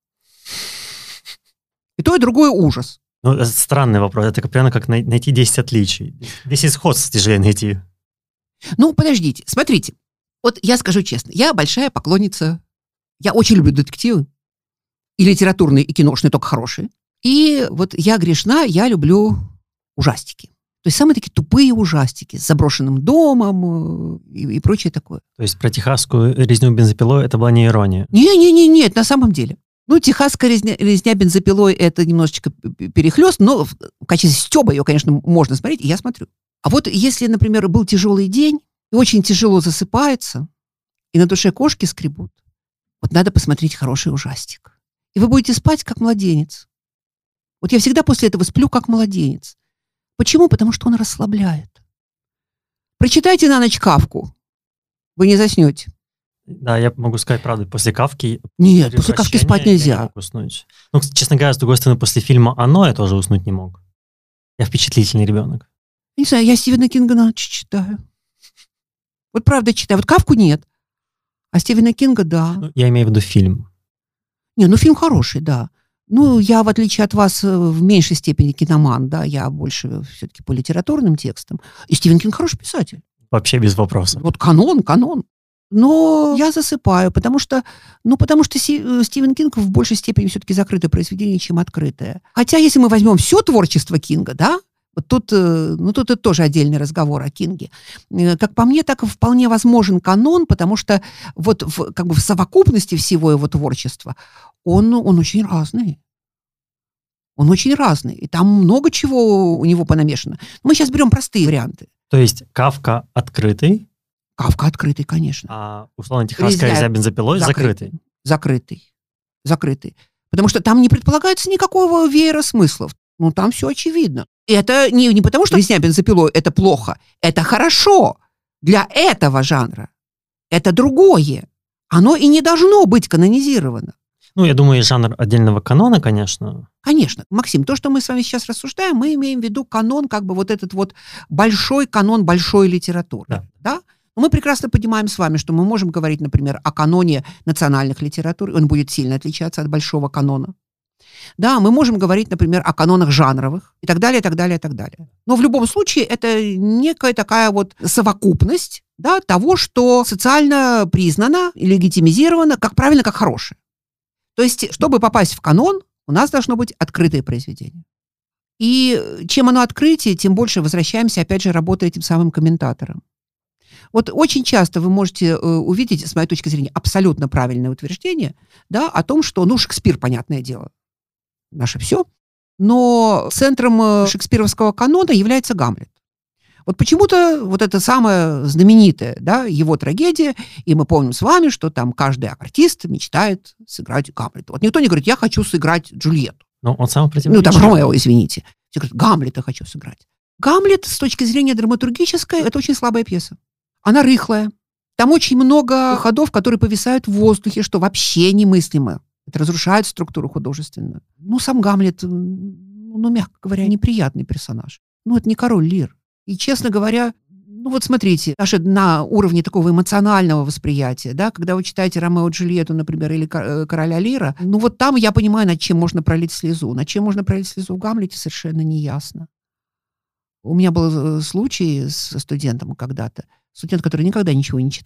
И то, и другое ужас. Ну, это странный вопрос. Это примерно как найти десять отличий. десять сходств тяжелее найти. Ну, подождите, смотрите. Вот я скажу честно, я большая поклонница, я очень люблю детективы, и литературные, и киношные, только хорошие. И вот я грешна, я люблю ужастики. То есть самые такие тупые ужастики с заброшенным домом и, и прочее такое. То есть про техасскую резню бензопилой это была не ирония? Не-не-не, на самом деле. Ну, техасская резня, резня бензопилой это немножечко перехлёст, но в качестве стёба ее, конечно, можно смотреть, и я смотрю. А вот если, например, был тяжелый день, и очень тяжело засыпается, и на душе кошки скребут, вот надо посмотреть хороший ужастик. И вы будете спать, как младенец. Вот я всегда после этого сплю, как младенец. Почему? Потому что он расслабляет. Прочитайте на ночь Кафку. Вы не заснете. Да, я могу сказать правду. После Кафки... Нет, после Кафки спать нельзя. Я не мог уснуть. Ну, честно говоря, с другой стороны, после фильма «Оно» я тоже уснуть не мог. Я впечатлительный ребенок. Не знаю, я Стивена Кинга на ночь читаю. Вот правда читаю. Вот Кафку нет. А Стивена Кинга, да. Ну, я имею в виду фильм. Не, ну фильм хороший, да. Ну, я, в отличие от вас, в меньшей степени киноман, да, я больше все-таки по литературным текстам. И Стивен Кинг хороший писатель. Вообще без вопросов. Вот канон, канон. Но я засыпаю, потому что, ну, потому что Стивен Кинг в большей степени все-таки закрытое произведение, чем открытое. Хотя, если мы возьмем все творчество Кинга, да, вот тут, ну, тут это тоже отдельный разговор о Кинге. Как по мне, так и вполне возможен канон, потому что вот в, как бы в совокупности всего его творчества он, он очень разный. Он очень разный. И там много чего у него понамешано. Мы сейчас берем простые варианты. То есть Кафка открытый? Кафка открытый, конечно. А условно техасская резня бензопилой закрытый? Закрытый. Закрытый. Потому что там не предполагается никакого веера смыслов. Ну, там все очевидно. И это не, не потому, что резня бензопилой это плохо. Это хорошо для этого жанра. Это другое. Оно и не должно быть канонизировано. Ну, я думаю, жанр отдельного канона, конечно. Конечно. Максим, то, что мы с вами сейчас рассуждаем, мы имеем в виду канон, как бы вот этот вот большой канон большой литературы. Да. Да? Но мы прекрасно понимаем с вами, что мы можем говорить, например, о каноне национальных литератур. Он будет сильно отличаться от большого канона. Да, мы можем говорить, например, о канонах жанровых и так далее, и так далее, и так далее. Но в любом случае это некая такая вот совокупность, да, того, что социально признано, легитимизировано, как правильно, как хорошее. То есть, чтобы попасть в канон, у нас должно быть открытое произведение. И чем оно открытие, тем больше возвращаемся, опять же, работая этим самым комментатором. Вот очень часто вы можете э, увидеть, с моей точки зрения, абсолютно правильное утверждение, да, о том, что, ну, Шекспир, понятное дело, наше все, но центром шекспировского канона является Гамлет. Вот почему-то вот это самая знаменитая, да, его трагедия, и мы помним с вами, что там каждый артист мечтает сыграть Гамлета. Вот никто не говорит, я хочу сыграть Джульетту. Но он сам Ну, там Ромео, извините. Все говорят, Гамлета хочу сыграть. Гамлет, с точки зрения драматургической, это очень слабая пьеса. Она рыхлая. Там очень много ходов, которые повисают в воздухе, что вообще немыслимо. Это разрушает структуру художественную. Ну, сам Гамлет, ну, мягко говоря, неприятный персонаж. Ну, это не король Лир. И, честно говоря, ну вот смотрите, даже на уровне такого эмоционального восприятия, да, когда вы читаете Ромео и Джульетту, например, или Короля Лира, ну вот там я понимаю, над чем можно пролить слезу. Над чем можно пролить слезу в Гамлете, совершенно не ясно. У меня был случай со студентом когда-то, студент, который никогда ничего не читал,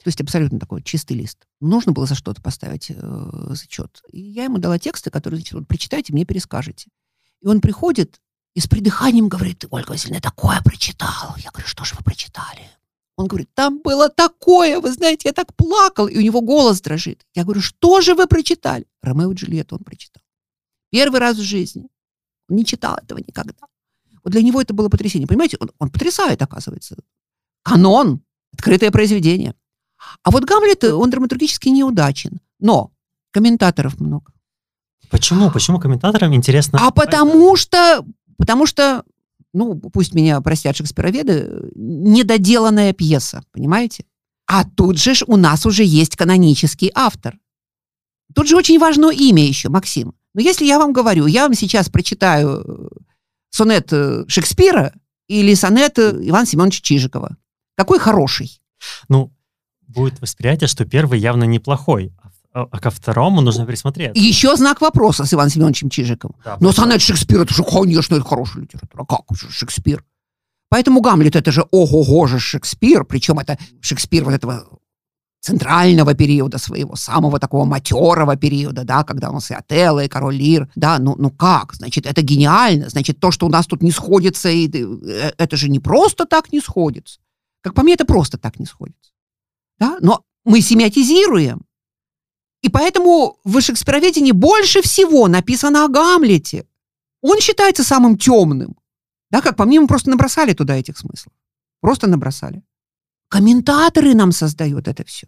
То есть абсолютно такой чистый лист. Нужно было за что-то поставить э, зачет. И я ему дала тексты, которые, значит, вот прочитайте, мне перескажете. И он приходит и с придыханием говорит: Ольга Васильевна, я такое прочитал. Я говорю: что же вы прочитали? Он говорит: там было такое, вы знаете, я так плакал. И у него голос дрожит. Я говорю: что же вы прочитали? Ромео и Джульетту он прочитал. Первый раз в жизни. Он не читал этого никогда. Вот для него это было потрясение. Понимаете, он, он потрясает, оказывается. Канон, открытое произведение. А вот Гамлет, он драматургически неудачен. Но комментаторов много. Почему? Почему комментаторам интересно? А потому что, потому что, ну, пусть меня простят шекспироведы, недоделанная пьеса, понимаете? А тут же ж у нас уже есть канонический автор. Тут же очень важно имя еще, Максим. Но если я вам говорю, я вам сейчас прочитаю сонет Шекспира или сонет Ивана Семеновича Чижикова, какой хороший? Ну, будет восприятие, что первый явно неплохой, а, а ко второму нужно присмотреться. Еще знак вопроса с Иваном Семеновичем Чижиковым. Да, но сонет Шекспира, это же, конечно, это хорошая литература. А как же Шекспир? Поэтому Гамлет, это же ого-го же Шекспир, причем это Шекспир вот этого центрального периода своего, самого такого матерого периода, да, когда у нас и Отелло, и Король Лир, да, ну, ну как? Значит, это гениально, значит, то, что у нас тут не сходится, и, это же не просто так не сходится. Как по мне, это просто так не сходится. Да? Но мы семиотизируем. И поэтому в шекспироведении больше всего написано о Гамлете. Он считается самым темным. Да, как по мне, мы просто набросали туда этих смыслов. Просто набросали. Комментаторы нам создают это все.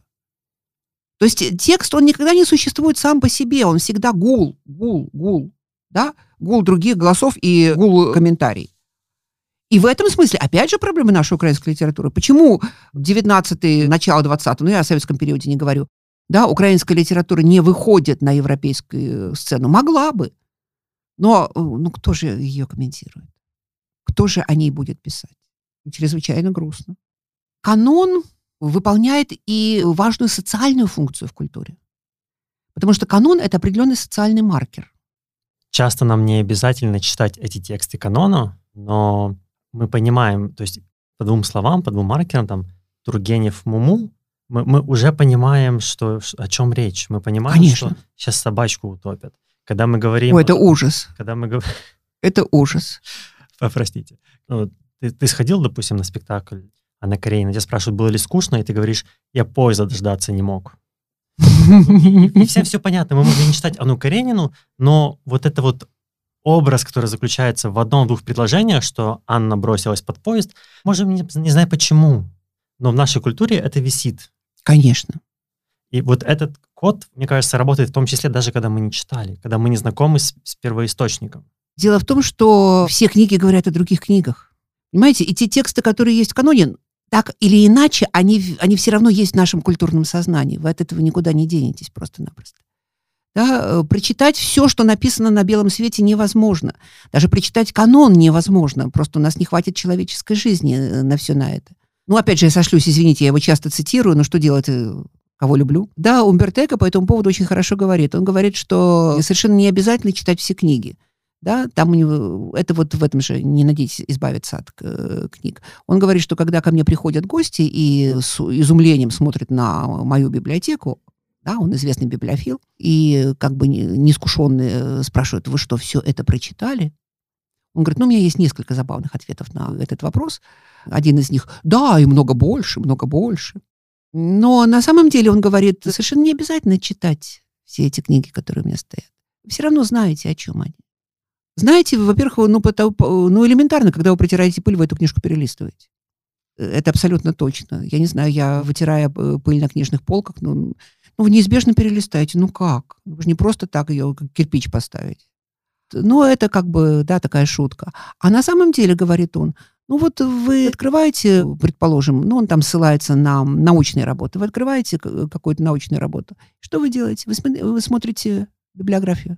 То есть текст, он никогда не существует сам по себе. Он всегда гул, гул, гул. Да? Гул других голосов и гул комментариев. И в этом смысле, опять же, проблема нашей украинской литературы. Почему девятнадцатый, начало двадцатого, ну я о советском периоде не говорю, да, украинская литература не выходит на европейскую сцену? Могла бы. Но ну, кто же ее комментирует? Кто же о ней будет писать? Чрезвычайно грустно. Канон выполняет и важную социальную функцию в культуре. Потому что канон — это определенный социальный маркер. Часто нам не обязательно читать эти тексты канона, но мы понимаем, то есть по двум словам, по двум маркерам, там, Тургенев, Муму, мы, мы уже понимаем, что, о чем речь. Мы понимаем, Конечно. Что сейчас собачку утопят. Когда мы говорим... О, это ужас. Когда мы говорим... Это ужас. Простите. Ну, ты, ты сходил, допустим, на спектакль Анна Каренина, тебя спрашивают, было ли скучно, и ты говоришь: я поезда дождаться не мог. И всем все понятно. Мы могли не читать Анну Каренину, но вот это вот образ, который заключается в одном-двух предложениях, что Анна бросилась под поезд, можем не, не знать почему, но в нашей культуре это висит. Конечно. И вот этот код, мне кажется, работает в том числе даже когда мы не читали, когда мы не знакомы с, с первоисточником. Дело в том, что все книги говорят о других книгах. Понимаете, и те тексты, которые есть в каноне, так или иначе, они, они все равно есть в нашем культурном сознании. Вы от этого никуда не денетесь просто-напросто. Да, прочитать все, что написано на белом свете, невозможно. Даже прочитать канон невозможно. Просто у нас не хватит человеческой жизни на все на это. Ну, опять же, я сошлюсь, извините, я его часто цитирую, но что делать, кого люблю? Да, Умберто Эко по этому поводу очень хорошо говорит. Он говорит, что совершенно не обязательно читать все книги. Да, там у него, это вот в этом же, не надейтесь избавиться от э, книг. Он говорит, что когда ко мне приходят гости и с изумлением смотрят на мою библиотеку, да, он известный библиофил, и как бы неискушенные спрашивают: вы что, все это прочитали? Он говорит: ну, у меня есть несколько забавных ответов на этот вопрос. Один из них: да, и много больше, много больше. Но на самом деле, он говорит, совершенно не обязательно читать все эти книги, которые у меня стоят. Вы все равно знаете, о чем они. Знаете, во-первых, ну, потому, ну, элементарно, когда вы протираете пыль, вы эту книжку перелистываете. Это абсолютно точно. Я не знаю, я, вытирая пыль на книжных полках, ну, ну вы неизбежно перелистаете. Ну как? Вы же не просто так ее, как кирпич, поставить. Ну, это как бы, да, такая шутка. А на самом деле, говорит он, ну вот вы открываете, предположим, ну, он там ссылается на научные работы, вы открываете какую-то научную работу. Что вы делаете? Вы, см- вы смотрите библиографию.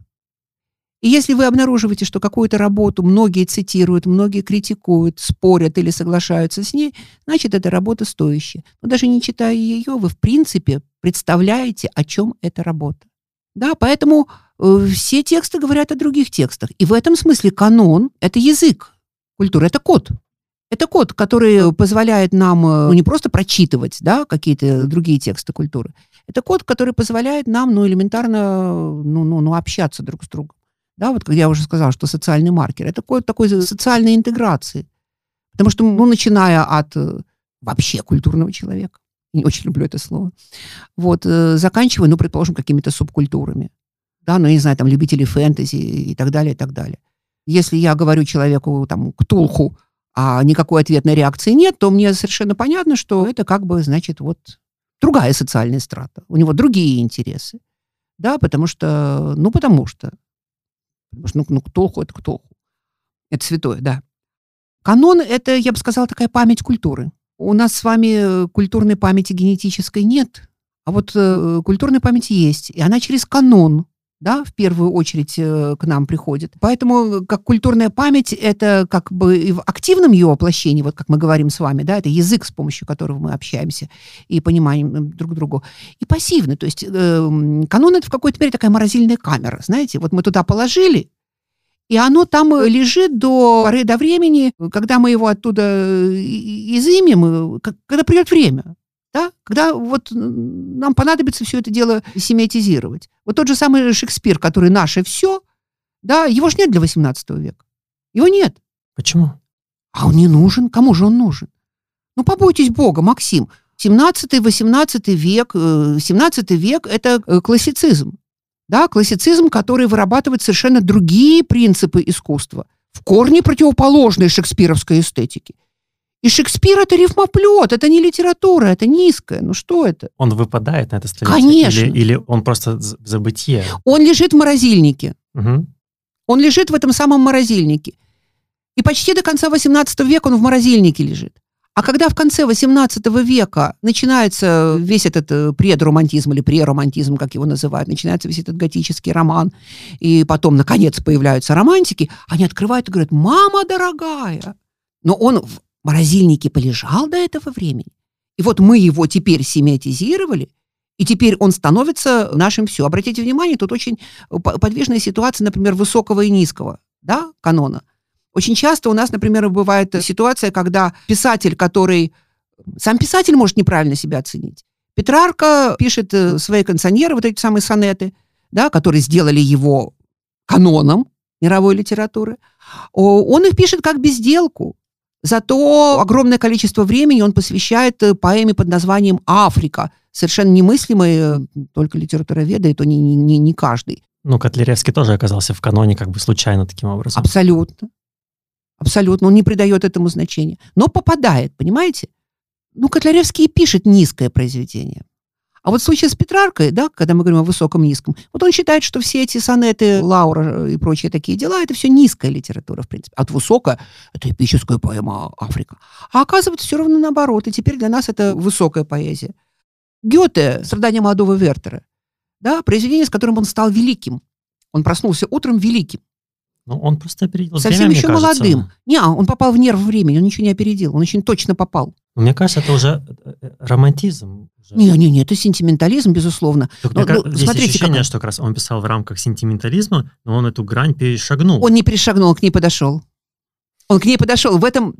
И если вы обнаруживаете, что какую-то работу многие цитируют, многие критикуют, спорят или соглашаются с ней, значит, эта работа стоящая. Но даже не читая ее, вы, в принципе, представляете, о чем эта работа. Да, поэтому э, все тексты говорят о других текстах. И в этом смысле канон — это язык. Культура — это код. Это код, который позволяет нам ну, не просто прочитывать, да, какие-то другие тексты культуры. Это код, который позволяет нам ну, элементарно ну, ну, ну, общаться друг с другом. Да, вот как я уже сказала, что социальный маркер. Это код такой социальной интеграции. Потому что, ну, начиная от вообще культурного человека, не очень люблю это слово, вот, заканчивая, ну, предположим, какими-то субкультурами. Да, ну, я не знаю, там, любители фэнтези и так далее, и так далее. Если я говорю человеку, там, ктулху, а никакой ответной реакции нет, то мне совершенно понятно, что это как бы, значит, вот другая социальная страта. У него другие интересы. Да, потому что, ну, потому что. Потому что, ну, ну ктулху — это ктулху. Это святое, да. Канон — это, я бы сказала, такая память культуры. У нас с вами культурной памяти генетической нет, а вот э, культурной памяти есть. И она через канон, да, в первую очередь э, к нам приходит. Поэтому как культурная память — это как бы и в активном ее воплощении, вот как мы говорим с вами, да, это язык, с помощью которого мы общаемся и понимаем друг друга. И пассивно, то есть э, канон — это в какой-то мере такая морозильная камера, знаете, вот мы туда положили, и оно там лежит до поры до времени, когда мы его оттуда изымем, когда придет время. Да? Когда вот нам понадобится все это дело семиотизировать. Вот тот же самый Шекспир, который наше все, да, его же нет для восемнадцатого века. Его нет. Почему? А он не нужен. Кому же он нужен? Ну, побойтесь Бога, Максим. семнадцатый-восемнадцатый век, семнадцатый век – это классицизм. Да, классицизм, который вырабатывает совершенно другие принципы искусства, в корне противоположные шекспировской эстетике. И Шекспир — это рифмоплет, это не литература, это низкое. Ну что это? Он выпадает на это столетие? Конечно. Или, или он просто в забытье? Он лежит в морозильнике. Угу. Он лежит в этом самом морозильнике. И почти до конца восемнадцатого века он в морозильнике лежит. А когда в конце восемнадцатого века начинается весь этот предромантизм или преромантизм, как его называют, начинается весь этот готический роман, и потом, наконец, появляются романтики, они открывают и говорят: «Мама дорогая!» Но он в морозильнике полежал до этого времени. И вот мы его теперь семиотизировали, и теперь он становится нашим все. Обратите внимание, тут очень подвижная ситуация, например, высокого и низкого, да, канона. Очень часто у нас, например, бывает ситуация, когда писатель, который... Сам писатель может неправильно себя оценить. Петрарка пишет свои канцоньеры, вот эти самые сонеты, да, которые сделали его каноном мировой литературы. Он их пишет как безделку. Зато огромное количество времени он посвящает поэме под названием «Африка», совершенно немыслимой только литературоведы, и то не, не, не каждый. Ну, Котляревский тоже оказался в каноне как бы случайно таким образом. Абсолютно. Абсолютно. Он не придает этому значения. Но попадает, понимаете? Ну, Котляревский пишет низкое произведение. А вот в случае с Петраркой, да, когда мы говорим о высоком-низком, вот он считает, что все эти сонеты, Лаура и прочие такие дела, это все низкая литература, в принципе. От высокая — это эпическая поэма «Африка». А оказывается, все равно наоборот. И теперь для нас это высокая поэзия. Гёте «Страдания молодого Вертера», да, произведение, с которым он стал великим. Он проснулся утром великим. Ну, он просто опередил совсем время, еще мне кажется. Молодым. Не, он попал в нерв времени, он ничего не опередил, он очень точно попал. Мне кажется, это уже романтизм. Не-не-не, это сентиментализм, безусловно. Но, но, ну, здесь смотрите, ощущение, как... что как раз он писал в рамках сентиментализма, но он эту грань перешагнул. Он не перешагнул, он к ней подошел. Он к ней подошел. В этом,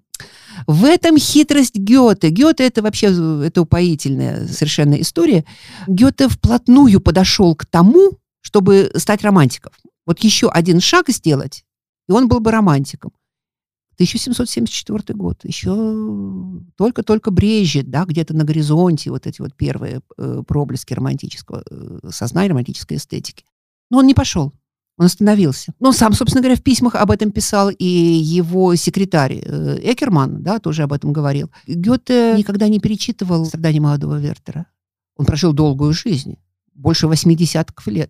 в этом хитрость Гёте. Гёте — это вообще это упоительная совершенно история. Гёте вплотную подошел к тому, чтобы стать романтиком. Вот еще один шаг сделать, и он был бы романтиком. тысяча семьсот семьдесят четвёртый год. Еще только-только брежет, да, где-то на горизонте вот эти вот первые э, проблески романтического э, сознания, романтической эстетики. Но он не пошел. Он остановился. Но он сам, собственно говоря, в письмах об этом писал, и его секретарь э, Экерман, да, тоже об этом говорил. Гёте никогда не перечитывал «Страдания молодого Вертера». Он прожил долгую жизнь, больше восьми десятков лет.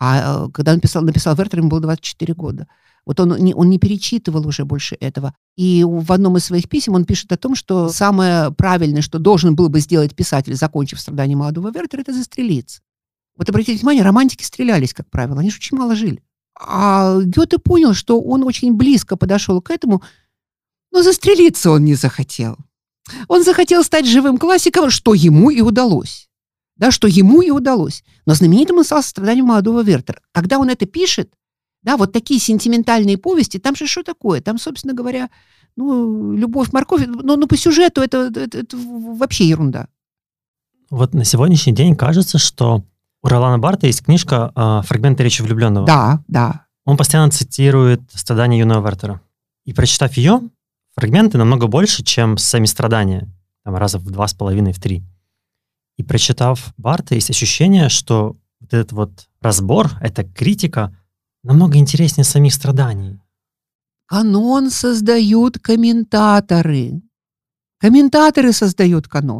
А когда он писал, написал Вертер, ему было двадцать четыре года. Вот он не, он не перечитывал уже больше этого. И в одном из своих писем он пишет о том, что самое правильное, что должен был бы сделать писатель, закончив «Страдания молодого Вертера», это застрелиться. Вот обратите внимание, романтики стрелялись, как правило. Они же очень мало жили. А Гёте понял, что он очень близко подошел к этому, но застрелиться он не захотел. Он захотел стать живым классиком, что ему и удалось. Да, что ему и удалось. Но знаменитым он стал «Страдания молодого Вертера». Когда он это пишет, да, вот такие сентиментальные повести, там же что такое? Там, собственно говоря, Ну, любовь, морковь, ну, ну по сюжету это, это, это вообще ерунда. Вот на сегодняшний день кажется, что у Ролана Барта есть книжка «Фрагменты речи влюбленного». Да, да. Он постоянно цитирует страдания юного Вертера. И прочитав ее, фрагменты намного больше, чем сами страдания. Там раза в два с половиной, в три. И прочитав Барта, есть ощущение, что вот этот вот разбор, эта критика намного интереснее самих страданий. Канон создают комментаторы. Комментаторы создают канон.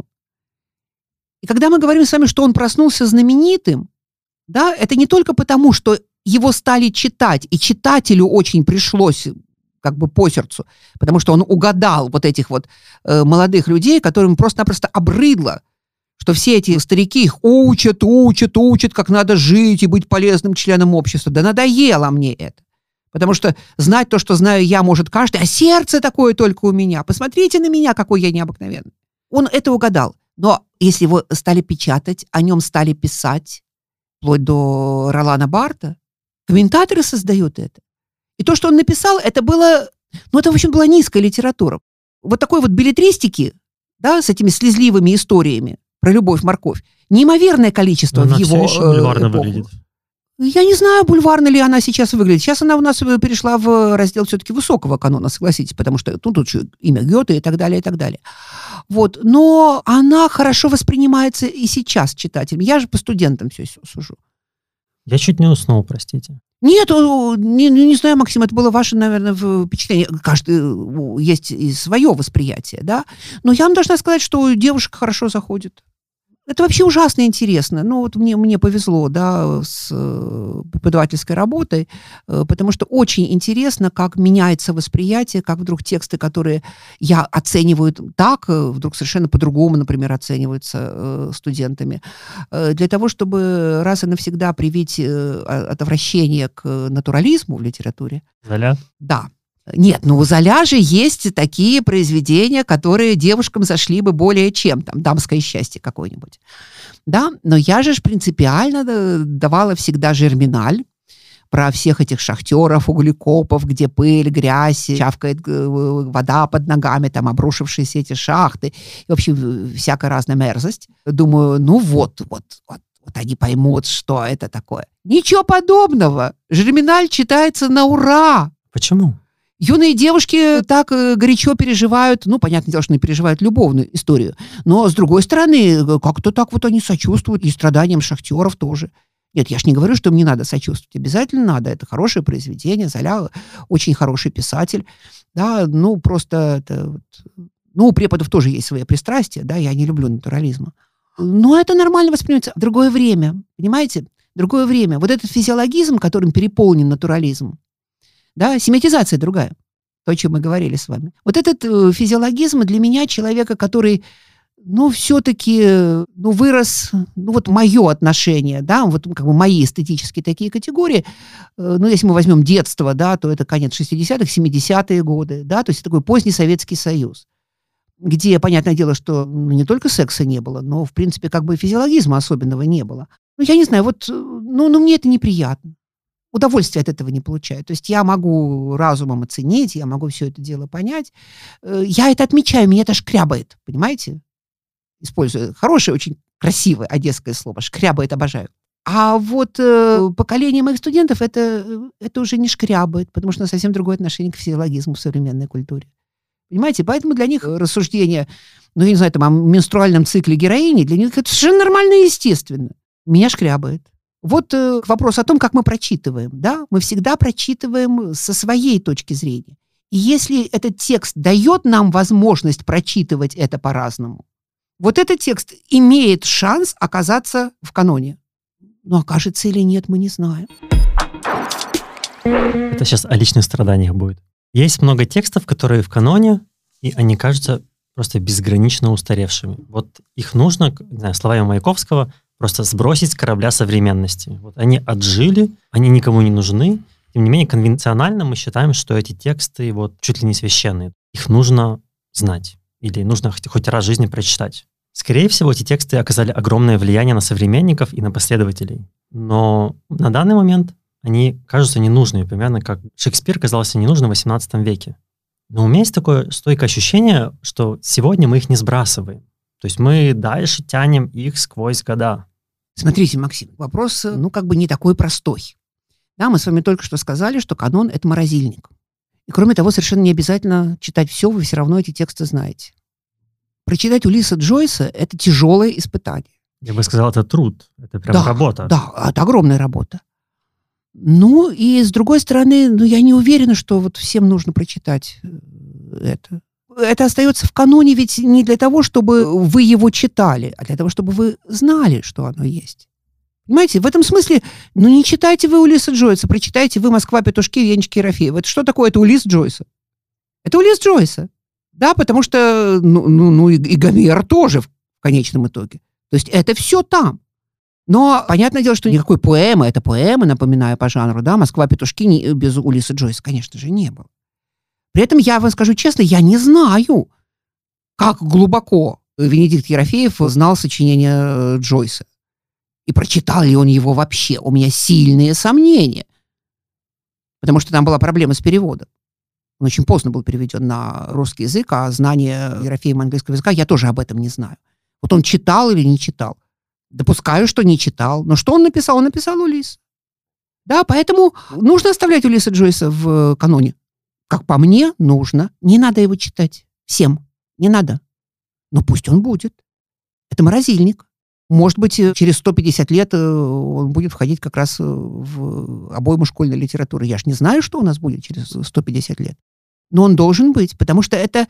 И когда мы говорим с вами, что он проснулся знаменитым, да, это не только потому, что его стали читать, и читателю очень пришлось как бы по сердцу, потому что он угадал вот этих вот э, молодых людей, которым просто-напросто обрыдло, что все эти старики их учат, учат, учат, как надо жить и быть полезным членом общества. Да надоело мне это. Потому что знать то, что знаю я, может каждый, а сердце такое только у меня. Посмотрите на меня, какой я необыкновенный. Он это угадал. Но если его стали печатать, о нем стали писать, вплоть до Ролана Барта, комментаторы создают это. И то, что он написал, это было, ну, это, в общем, была низкая литература. Вот такой вот беллетристики, да, с этими слезливыми историями про любовь, морковь, неимоверное количество Но в она его все еще бульварно эпоху. выглядит. Я не знаю, бульварно ли она сейчас выглядит. Сейчас она у нас перешла в раздел все-таки высокого канона, согласитесь, потому что ну, тут еще имя Гёте и так далее, и так далее. Вот. Но она хорошо воспринимается и сейчас читателем. Я же по студентам все сужу. Я чуть не уснул, простите. Нет, не, не знаю, Максим, это было ваше, наверное, впечатление. Каждый есть и свое восприятие, да. Но я вам должна сказать, что девушка хорошо заходит. Это вообще ужасно интересно. Ну, вот мне, мне повезло, да, с преподавательской работой, потому что очень интересно, как меняется восприятие, как вдруг тексты, которые я оцениваю так, вдруг совершенно по-другому, например, оцениваются студентами. Для того, чтобы раз и навсегда привить отвращение к натурализму в литературе. Золя? Да. Нет, ну у Золя же есть такие произведения, которые девушкам зашли бы более чем, там, «Дамское счастье» какое-нибудь. Да, но я же ж принципиально давала всегда «Жерминаль», про всех этих шахтеров, углекопов, где пыль, грязь, чавкает вода под ногами, там обрушившиеся эти шахты, и, в общем, всякая разная мерзость. Думаю, ну вот, вот, вот, вот они поймут, что это такое. Ничего подобного. «Жерминаль» читается на ура. Почему? Юные девушки так горячо переживают, ну, понятное дело, что они переживают любовную историю, но, с другой стороны, как-то так вот они сочувствуют и страданиям шахтеров тоже. Нет, я ж не говорю, что им не надо сочувствовать. Обязательно надо. Это хорошее произведение. Золя очень хороший писатель. Да, ну, просто... Это, вот, ну, у преподов тоже есть свои пристрастия, да, я не люблю натурализма. Но это нормально воспринимается. Другое время, понимаете? Другое время. Вот этот физиологизм, которым переполнен натурализм, да, семиотизация другая, то, о чем мы говорили с вами. Вот этот э, физиологизм для меня человека, который, ну, все-таки, ну, вырос, ну, вот мое отношение, да, вот как бы мои эстетические такие категории, э, ну, если мы возьмем детство, да, то это конец шестидесятых, семидесятые годы, да, то есть такой поздний Советский Союз, где, понятное дело, что ну, не только секса не было, но, в принципе, как бы физиологизма особенного не было. Ну, я не знаю, вот, ну, ну мне это неприятно. Удовольствия от этого не получаю. То есть я могу разумом оценить, я могу все это дело понять. Я это отмечаю, меня это шкрябает, понимаете? Использую хорошее, очень красивое одесское слово. Шкрябает, обожаю. А вот э, поколение моих студентов это, это уже не шкрябает, потому что совсем другое отношение к физиологизму в современной культуре. Понимаете? Поэтому для них рассуждение, ну, я не знаю, там, о менструальном цикле героини, для них это совершенно нормально и естественно. Меня шкрябает. Вот э, вопрос о том, как мы прочитываем. Да? Мы всегда прочитываем со своей точки зрения. И если этот текст дает нам возможность прочитывать это по-разному, вот этот текст имеет шанс оказаться в каноне. Но окажется или нет, мы не знаем. Это сейчас о личных страданиях будет. Есть много текстов, которые в каноне, и они кажутся просто безгранично устаревшими. Вот их нужно, не знаю, словами Маяковского, просто сбросить с корабля современности. Вот они отжили, они никому не нужны. Тем не менее, конвенционально мы считаем, что эти тексты вот чуть ли не священные. Их нужно знать или нужно хоть, хоть раз в жизни прочитать. Скорее всего, эти тексты оказали огромное влияние на современников и на последователей. Но на данный момент они кажутся ненужными, примерно как Шекспир казался ненужным в восемнадцатом веке. Но у меня есть такое стойкое ощущение, что сегодня мы их не сбрасываем. То есть мы дальше тянем их сквозь года. Смотрите, Максим, вопрос, ну, как бы не такой простой. Да, мы с вами только что сказали, что канон — это морозильник. И кроме того, совершенно не обязательно читать все, вы все равно эти тексты знаете. Прочитать Улисса Джойса — это тяжелое испытание. Я бы сказал, это труд, это прям да, работа. Да, это огромная работа. Ну, и с другой стороны, ну, я не уверена, что вот всем нужно прочитать это. Это остается в каноне ведь не для того, чтобы вы его читали, а для того, чтобы вы знали, что оно есть. Понимаете, в этом смысле, ну, не читайте вы Улисса Джойса, прочитайте вы «Москва, петушки», Янчик Ерофеев. Это что такое? Это Улисс Джойса. Это Улисс Джойса. Да, потому что, ну, ну, ну и, и Гомер тоже в конечном итоге. То есть это все там. Но понятное дело, что никакой поэмы, это поэма, напоминаю по жанру, да, «Москва, петушки» не, без Улисса Джойса, конечно же, не было. При этом я вам скажу честно, я не знаю, как глубоко Венедикт Ерофеев знал сочинение Джойса. И прочитал ли он его вообще. У меня сильные сомнения. Потому что там была проблема с переводом. Он очень поздно был переведен на русский язык, а знание Ерофеева английского языка я тоже об этом не знаю. Вот он читал или не читал. Допускаю, что не читал. Но что он написал? Он написал Улисса. Да, поэтому нужно оставлять Улисса Джойса в каноне. Как по мне, нужно. Не надо его читать. Всем. Не надо. Но пусть он будет. Это морозильник. Может быть, через сто пятьдесят лет он будет входить как раз в обойму школьной литературы. Я ж не знаю, что у нас будет через сто пятьдесят лет. Но он должен быть, потому что это,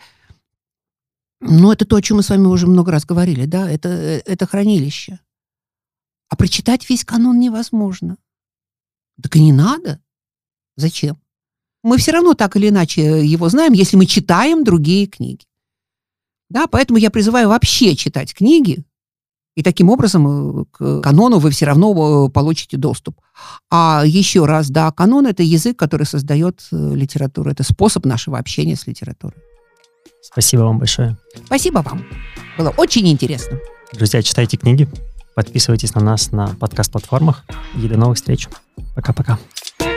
ну, это то, о чем мы с вами уже много раз говорили, да, это, это хранилище. А прочитать весь канон невозможно. Так и не надо. Зачем? Мы все равно так или иначе его знаем, если мы читаем другие книги. Да, поэтому я призываю вообще читать книги, и таким образом к канону вы все равно получите доступ. А еще раз, да, канон — это язык, который создает литературу. Это способ нашего общения с литературой. Спасибо вам большое. Спасибо вам. Было очень интересно. Друзья, читайте книги, подписывайтесь на нас на подкаст-платформах. И до новых встреч. Пока-пока.